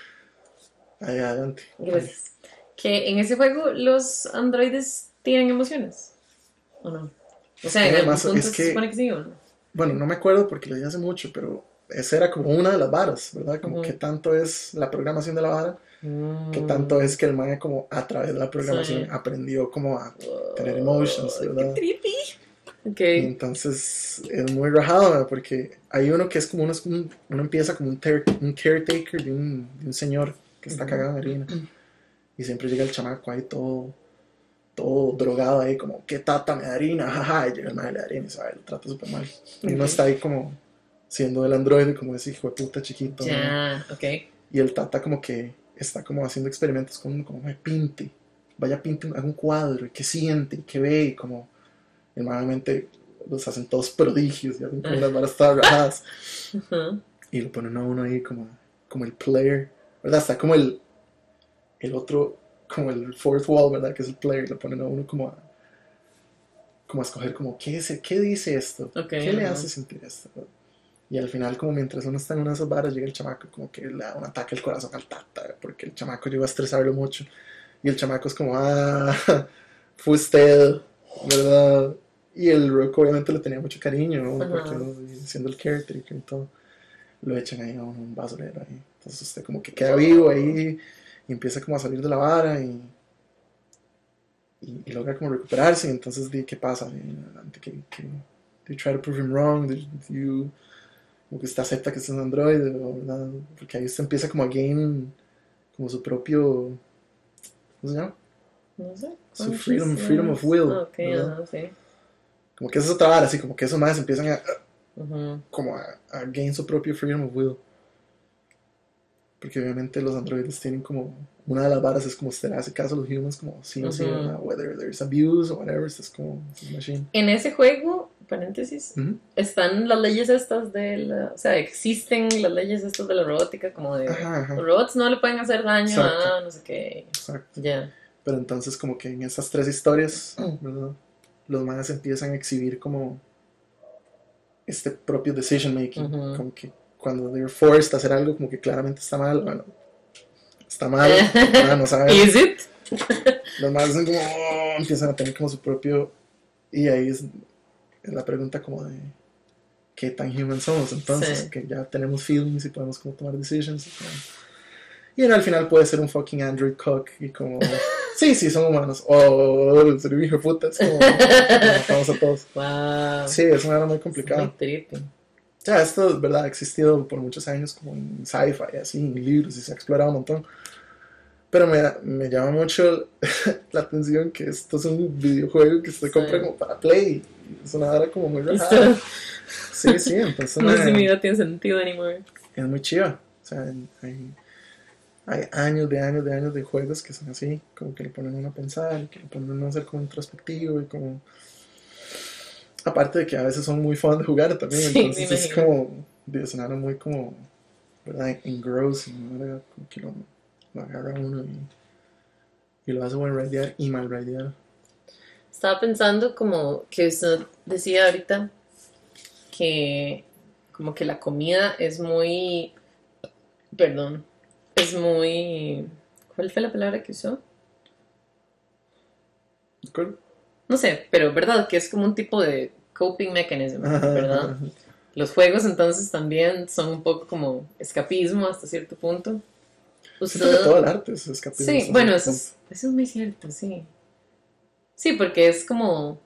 Ahí adelante. Dale. Gracias. Que en ese juego los androides tienen emociones, ¿o no? O sea, en algún Más, punto es se supone que, que sí, ¿o no? bueno, no me acuerdo porque lo di hace mucho, pero esa era como una de las varas, ¿verdad? Como qué Ujú. tanto es la programación de la vara, qué tanto Mm, es que el mae como a través de la programación sí. aprendió como a tener emotions, Oh, qué ¿verdad? trippy. Ok. Y entonces es muy rajado, ¿verdad? Porque hay uno que es como uno empieza como un caretaker de un señor que está Ujú. cagado en harina. Y siempre llega el chamaco ahí todo drogado ahí, como, ¿qué tata me da harina? Jaja, y llega el madre de harina y sabe, lo trata súper mal. Y uno está Ok. ahí como siendo el androide, como ese hijo de puta chiquito, ¿verdad? Ya, ok. Y el tata como que está como haciendo experimentos con uno, como, me pinte, vaya pinte, haga un cuadro, y qué siente, y qué ve, y como, y nuevamente los hacen todos prodigios, y hacen como unas varas todas rajadas, Ujú. y lo ponen a uno ahí como el player, ¿verdad? Está como el otro, como el fourth wall, ¿verdad? Que es el player, lo ponen a uno como a escoger como, ¿qué dice esto? Ok, ¿Qué le ajá. hace sentir esto? Y al final, como mientras uno está en una de esas varas, llega el chamaco, como que le da un ataque al corazón al tata, porque el chamaco llegó a estresarlo mucho. Y el chamaco es como, fue usted, ¿verdad? Y el Rook obviamente le tenía mucho cariño, ¿no? Porque Ajá. siendo el caretaker y todo, lo echan ahí a un basurero ahí. Entonces usted como que queda vivo Oh, ahí y empieza como a salir de la vara y logra como recuperarse. Y entonces, ¿qué pasa? Do you try to prove him wrong? Do you, como que usted acepta que es un androide, ¿verdad? Porque ahí usted empieza como a gain como su propio, ¿cómo se llama? no sé. Su freedom of Consciousness. will, Ah, ok, ¿verdad? ajá, sí. Como que eso es otra vara, así como que esos más empiezan Ujú. como a gain su propio freedom of will. Porque obviamente los androides tienen como, una de las varas es como usted le hace caso a los humans, como sí o sí, whether there's abuse or whatever, es como machine. En ese juego, paréntesis, están las leyes estas o sea, existen las leyes estas de la robótica, como de los robots no le pueden hacer daño a no sé qué. Exacto. Ya. Pero entonces como que en estas 3 historias, ¿verdad? Los magas empiezan a exhibir como este propio decision making, como que cuando they're forced a hacer algo como que claramente está mal, bueno, está mal, no saben. ¿Is it? Los magas son como, empiezan a tener como su propio, y ahí es la pregunta como de qué tan human somos, entonces, que ya tenemos feelings y podemos como tomar decisions. Y al final puede ser un fucking android cock y como, sí, son humanos. O ser un hijo de puta, es como, matamos a todos. Wow. Sí, es una era muy complicada. Es muy trippy. Ya, esto, ¿verdad? Ha existido por muchos años como en sci-fi, así, en libros, y se ha explorado un montón. Pero me llama mucho la atención que esto es un videojuego que se compra como para Play. Es una hora como muy rara. Sí, entonces... No sé si mi vida tiene sentido anymore. Es muy chiva. O sea, hay años de juegos que son así, como que le ponen a uno a pensar, que le ponen a uno a hacer como introspectivo y como... Aparte de que a veces son muy fun de jugar también, sí, entonces es como... Sonaron muy como... ¿verdad? Engrossing, ¿verdad? Como que lo agarra uno y lo hace buen raidear y mal raidear. Estaba pensando como que usted decía ahorita que como que la comida es muy... Perdón. Es muy... ¿Cuál fue la palabra que usó? ¿Cuál? No sé, pero verdad que es como un tipo de coping mechanism, ¿verdad? Los juegos entonces también son un poco como escapismo hasta cierto punto. Todo el arte es escapismo. Sí, bueno, eso es muy cierto, sí. Sí, porque es como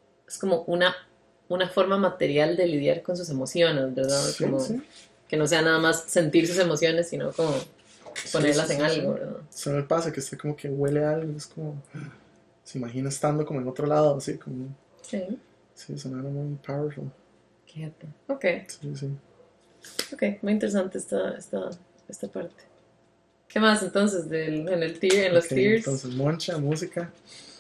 una forma material de lidiar con sus emociones, ¿verdad? Sí, como que no sea nada más sentir sus emociones, sino como ponerlas en algo, ¿verdad? Eso me pasa, que usted como que huele a algo, es como... Se imagina estando como en otro lado, así como... Sí. Sí, sonaron muy powerful. Quieto. Ok. Sí. Ok, muy interesante esta parte. ¿Qué más entonces en los tiers? Entonces, moncha, música,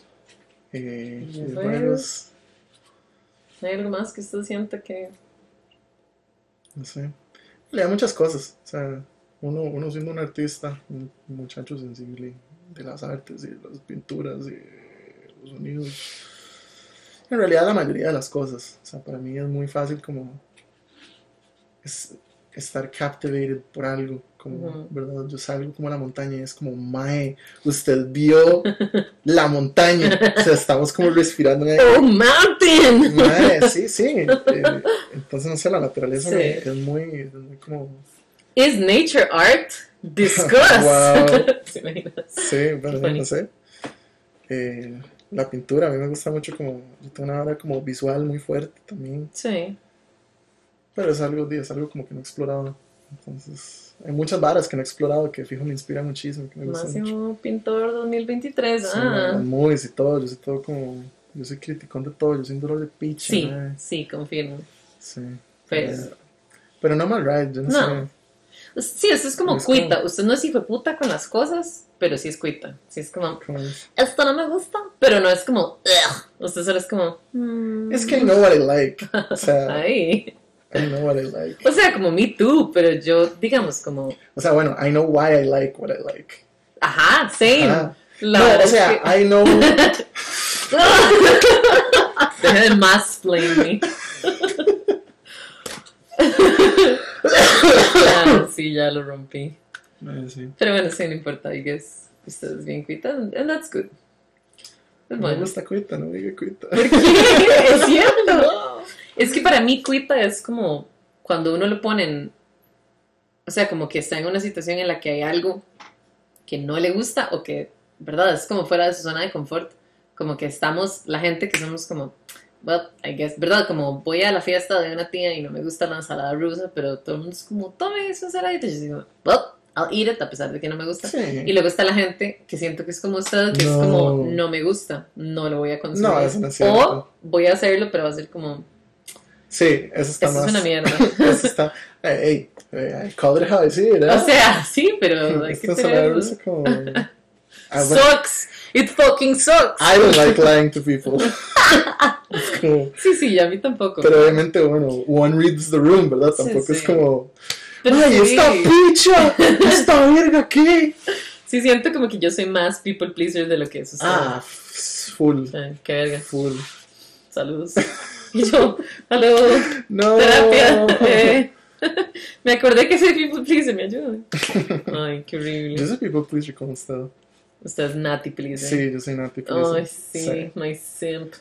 juegos. ¿Hay algo más que usted sienta que...? No sé. Hay muchas cosas. O sea, uno siendo un artista, un muchacho sensible de las artes y de las pinturas y los sonidos. En realidad la mayoría de las cosas. O sea, para mí es muy fácil como estar captivated por algo. Como, ¿verdad? Yo salgo como a la montaña y es como, mae, usted vio la montaña. O sea, estamos como respirando. ¡Oh, mountain! Mae, sí. Entonces, no sé, la naturaleza es muy como... ¿Is nature art? Discuss. Wow. ¿Se imaginas? Sí, pero no sé. La pintura, a mí me gusta mucho como... Yo tengo una obra como visual muy fuerte también. Sí. Pero es algo como que no he explorado. Entonces, hay muchas varas que no he explorado que fijo me inspiran muchísimo. Que me Máximo pintor 2023. Sí, las movies y todo. Yo soy todo como... Yo soy criticón de todo. Yo soy un dolor de picha. Sí, confirmo. Sí. Pues... Pero no mal ride, yo no sé. Sí, eso es como cuita. Como... Usted no es hijo de puta con las cosas, pero sí es cuita. Sí es como, esto no me gusta, pero no es como, ugh. Usted solo es como, es que I know what I like. O sea, ahí. I know what I like. O sea, como me too, pero yo, digamos, como... O sea, bueno, I know why I like what I like. Ajá, same. Ajá. No, o sea, I know... Deja de mansplain me. Sí, ya lo rompí. Sí. Pero bueno, sí, no importa, I guess. Usted es bien cuita, and that's good. Me gusta cuita, no diga cuita. ¿Por qué? Es cierto. Es que para mí cuita es como cuando uno lo pone en... O sea, como que está en una situación en la que hay algo que no le gusta o que, ¿verdad? Es como fuera de su zona de confort. Como que estamos, la gente que somos como... Well, I guess, ¿verdad? Como voy a la fiesta de una tía y no me gusta la ensalada rusa, pero todo el mundo es como, tome esa ensaladita. Y yo digo, well, I'll eat it, a pesar de que no me gusta. Sí. Y luego está la gente que siento que es como usted, que es como, no me gusta, no lo voy a consumir. No, eso no es cierto. O voy a hacerlo, pero va a ser como... Sí, eso está Eso más... es una mierda. Eso está... Hey, I called it how I see it, O sea, sí, pero hay que tener... como... Sucks. It fucking sucks. I don't like lying to people. Como, sí, a mí tampoco. pero obviamente, bueno, one reads the room, ¿verdad? Tampoco sí. Es como... Pero ¡ay, sí. esta picha! ¡Esta verga qué! Sí, siento como que yo soy más people pleaser de lo que es usted. Full. Ay, qué verga. Full. Saludos. Y yo, aló, No. terapia. Me acordé que soy people pleaser, me ayuda. Ay, qué horrible. Yo soy people pleaser como usted. Usted es Nati pleaser. Sí, yo soy Nati pleaser. Ay, sí, my simp.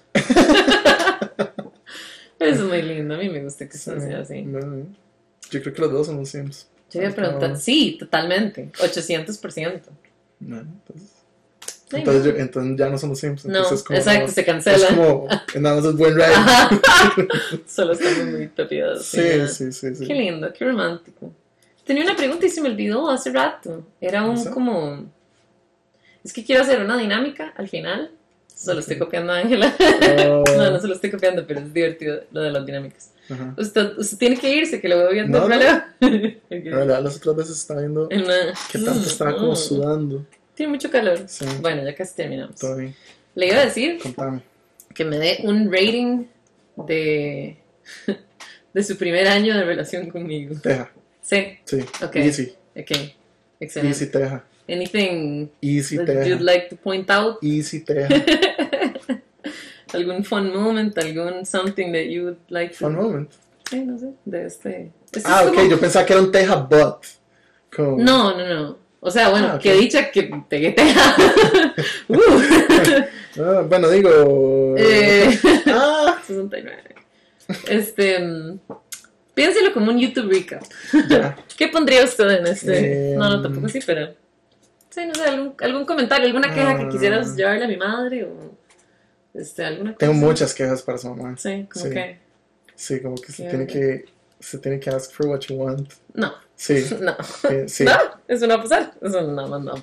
Pero eso es muy lindo, a mí me gusta que usted sea así. Bueno, yo creo que los dos somos sims. Yo iba a preguntar, sí, totalmente, 800%. No, Sí, entonces ya no somos sims. No, Entonces como, exacto, se cancela. Es como, nada más es buen ride. Solo estamos muy pepiados. Sí. Qué lindo, qué romántico. Tenía una pregunta y se me olvidó hace rato. Era como... Es que quiero hacer una dinámica al final. Solo estoy copiando a Ángela. No se lo estoy copiando, pero es divertido lo de las dinámicas. Usted tiene que irse, que lo veo viendo. No. Okay. Las otras veces estaba viendo que tanto estaba como sudando. Tiene mucho calor. Sí. Bueno, ya casi terminamos. Todo bien. Le iba a decir Contame. que me dé un rating de su primer año de relación conmigo. Teja. Sí. Sí. Okay. Easy. Ok. Excelente. Easy Teja. Anything Easy that Teja. you'd like to point out? Easy Teja. ¿Algún fun moment? ¿Algún something that you would like to... Fun moment. Sí, no sé. De este Ok. como... Yo pensaba que era un Teja but. Como... No. O sea, bueno, okay. que dicha que pegué Teja. Bueno, digo... 69. Piénselo como un YouTube recap. Ya. ¿Qué pondría usted en este? No, tampoco así, pero... Sí, no sé, algún comentario, alguna queja que quisieras llevarle a mi madre o... alguna cosa. Tengo muchas quejas para su mamá. Sí, como que... Sí, como que se tiene que ask for what you want. No. Sí. No. Sí. No, eso no va a pasar. Eso nada más no va a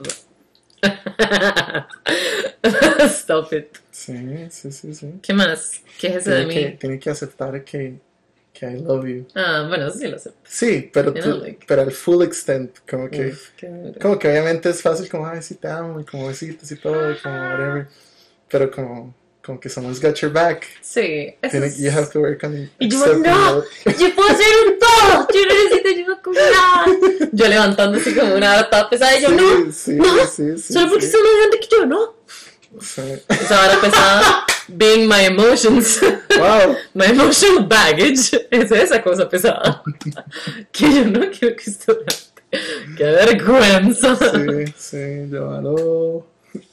pasar. Stop it. Sí. ¿Qué más? Quéjese de mí. Tiene que aceptar que I love you. Bueno, eso sí lo acepto. Sí, pero pero al full extent, como que obviamente es fácil como, ay, sí te amo, y como besitos y todo, y como whatever, pero como que someone's got your back. Sí. You have to work on y yo, no, yo puedo hacer un todo, yo no necesito ayuda con nada. Yo levantando así como una hora toda pesada y yo, no, sí, solo porque soy más grande que yo, no. Sí. Esa hora pesada, being my emotions. Wow. My emotional baggage es esa cosa pesada. Que yo no quiero que usted... ¡Qué vergüenza! Sí, yo aló.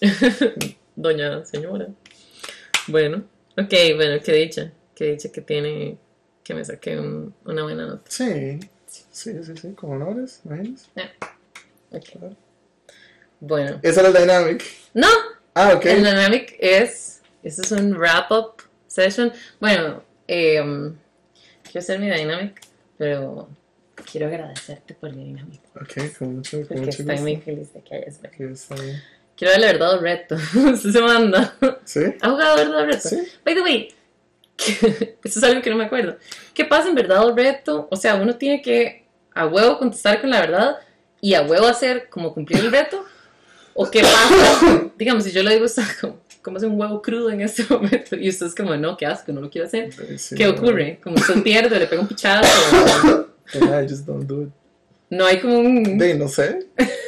Doña señora. Bueno, qué dicha que tiene, que me saqué una buena nota. Sí, con honores, ¿imaginas? Okay. Bueno. ¿Esa era el dynamic? No. Ok. El dynamic esto es un wrap-up session. Bueno, quiero hacer mi dynamic, pero quiero agradecerte por mi dynamic. Ok, con mucho porque gusto. Estoy muy feliz de que hayas venido. Está bien. Quiero darle verdad o reto. Usted se manda. ¿Sí? ¿Ha jugado verdad o reto? Sí. By the way, esto es algo que no me acuerdo. ¿Qué pasa en verdad o reto? O sea, uno tiene que a huevo contestar con la verdad y a huevo hacer como cumplir el reto. ¿O qué pasa? Digamos, si yo le digo, como hace un huevo crudo en este momento y usted es como, no, qué asco, no lo quiero hacer. Sí, ¿Qué ocurre? Como usted pierde, le pega un pichazo. I just don't do it. No hay como un... No sé.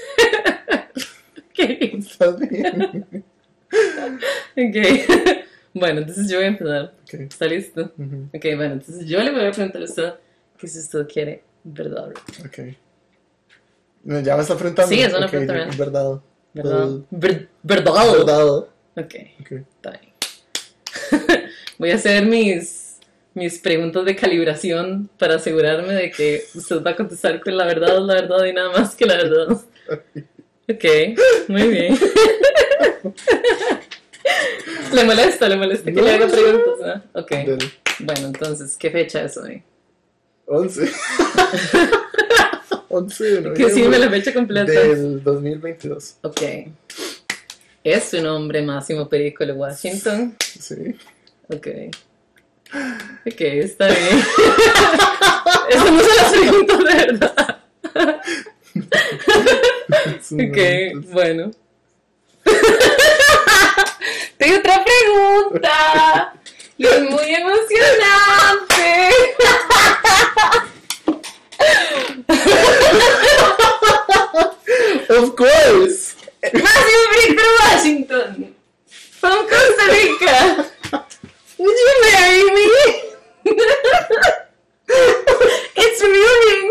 ¿Qué? Está bien. Ok. Bueno, entonces yo voy a empezar. Okay. ¿Está listo? Uh-huh. Ok, bueno, entonces yo le voy a preguntar a usted que si usted quiere verdad o reto. Ok. ¿Ya me está preguntando? Sí, es una pregunta real. Verdad. ¿Verdad? ¿Verdad? Verdad. Ok. Está bien. Voy a hacer mis preguntas de calibración para asegurarme de que usted va a contestar con la verdad y nada más que la verdad. Ok, muy bien. ¿Le molesta que le haga preguntas? ¿No? Ok. Bueno, entonces, ¿qué fecha es hoy? 11. 11 de noviembre. Que sí, me la fecha completa. Del 2022. Ok. ¿Es su nombre Máximo Perico de Washington? Sí. Ok, está bien. Eso no son las preguntas de verdad. Ok, bueno. Tengo otra pregunta. Y es muy emocionante. Of course. Matthew Victor Washington. From Costa Rica. Would you marry me? It's moving.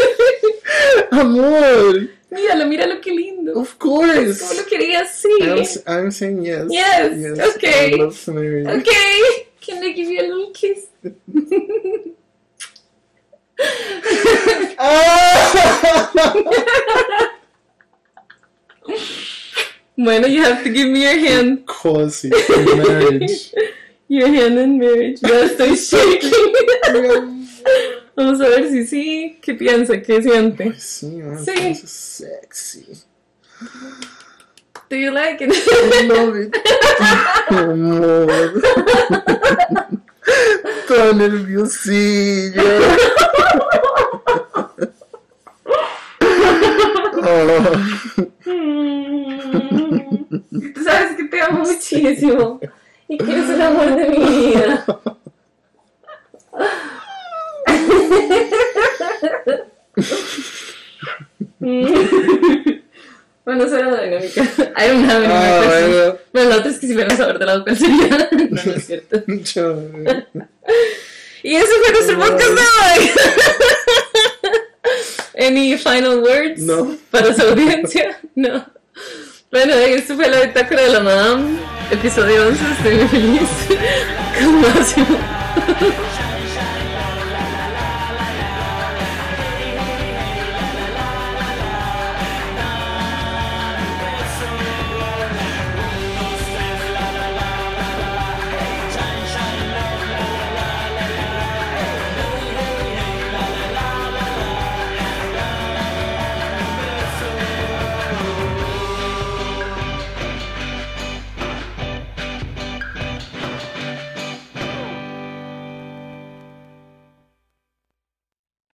Amor. Míralo, qué lindo. Of course. ¿Cómo lo querías? Sí. I'm saying yes. Yes. Okay. I love to marry you. Okay. Can I give you a little kiss? Bueno, you have to give me your hand. Cozy in marriage. Your hand in marriage. Ya estoy shaking. Vamos a ver si sí. ¿Qué piensa? ¿Qué siente? Ay, sí, man, Sí. this is sexy. Do you like it? I love it. Amor. Todo nerviosillo. Oh. Tú sabes que te amo muchísimo y que eres el amor de mi vida. Bueno, esa era la dinámica. I don't have any more questions. Bueno, la otra es que si fueran a saber de lado cuál sería. No, no es cierto. Y eso fue nuestro podcast de hoy. Any final words? No. Para su audiencia? No. Bueno, esto fue la bitácora de la Madame, episodio 11. Estoy muy feliz. Con Máximo.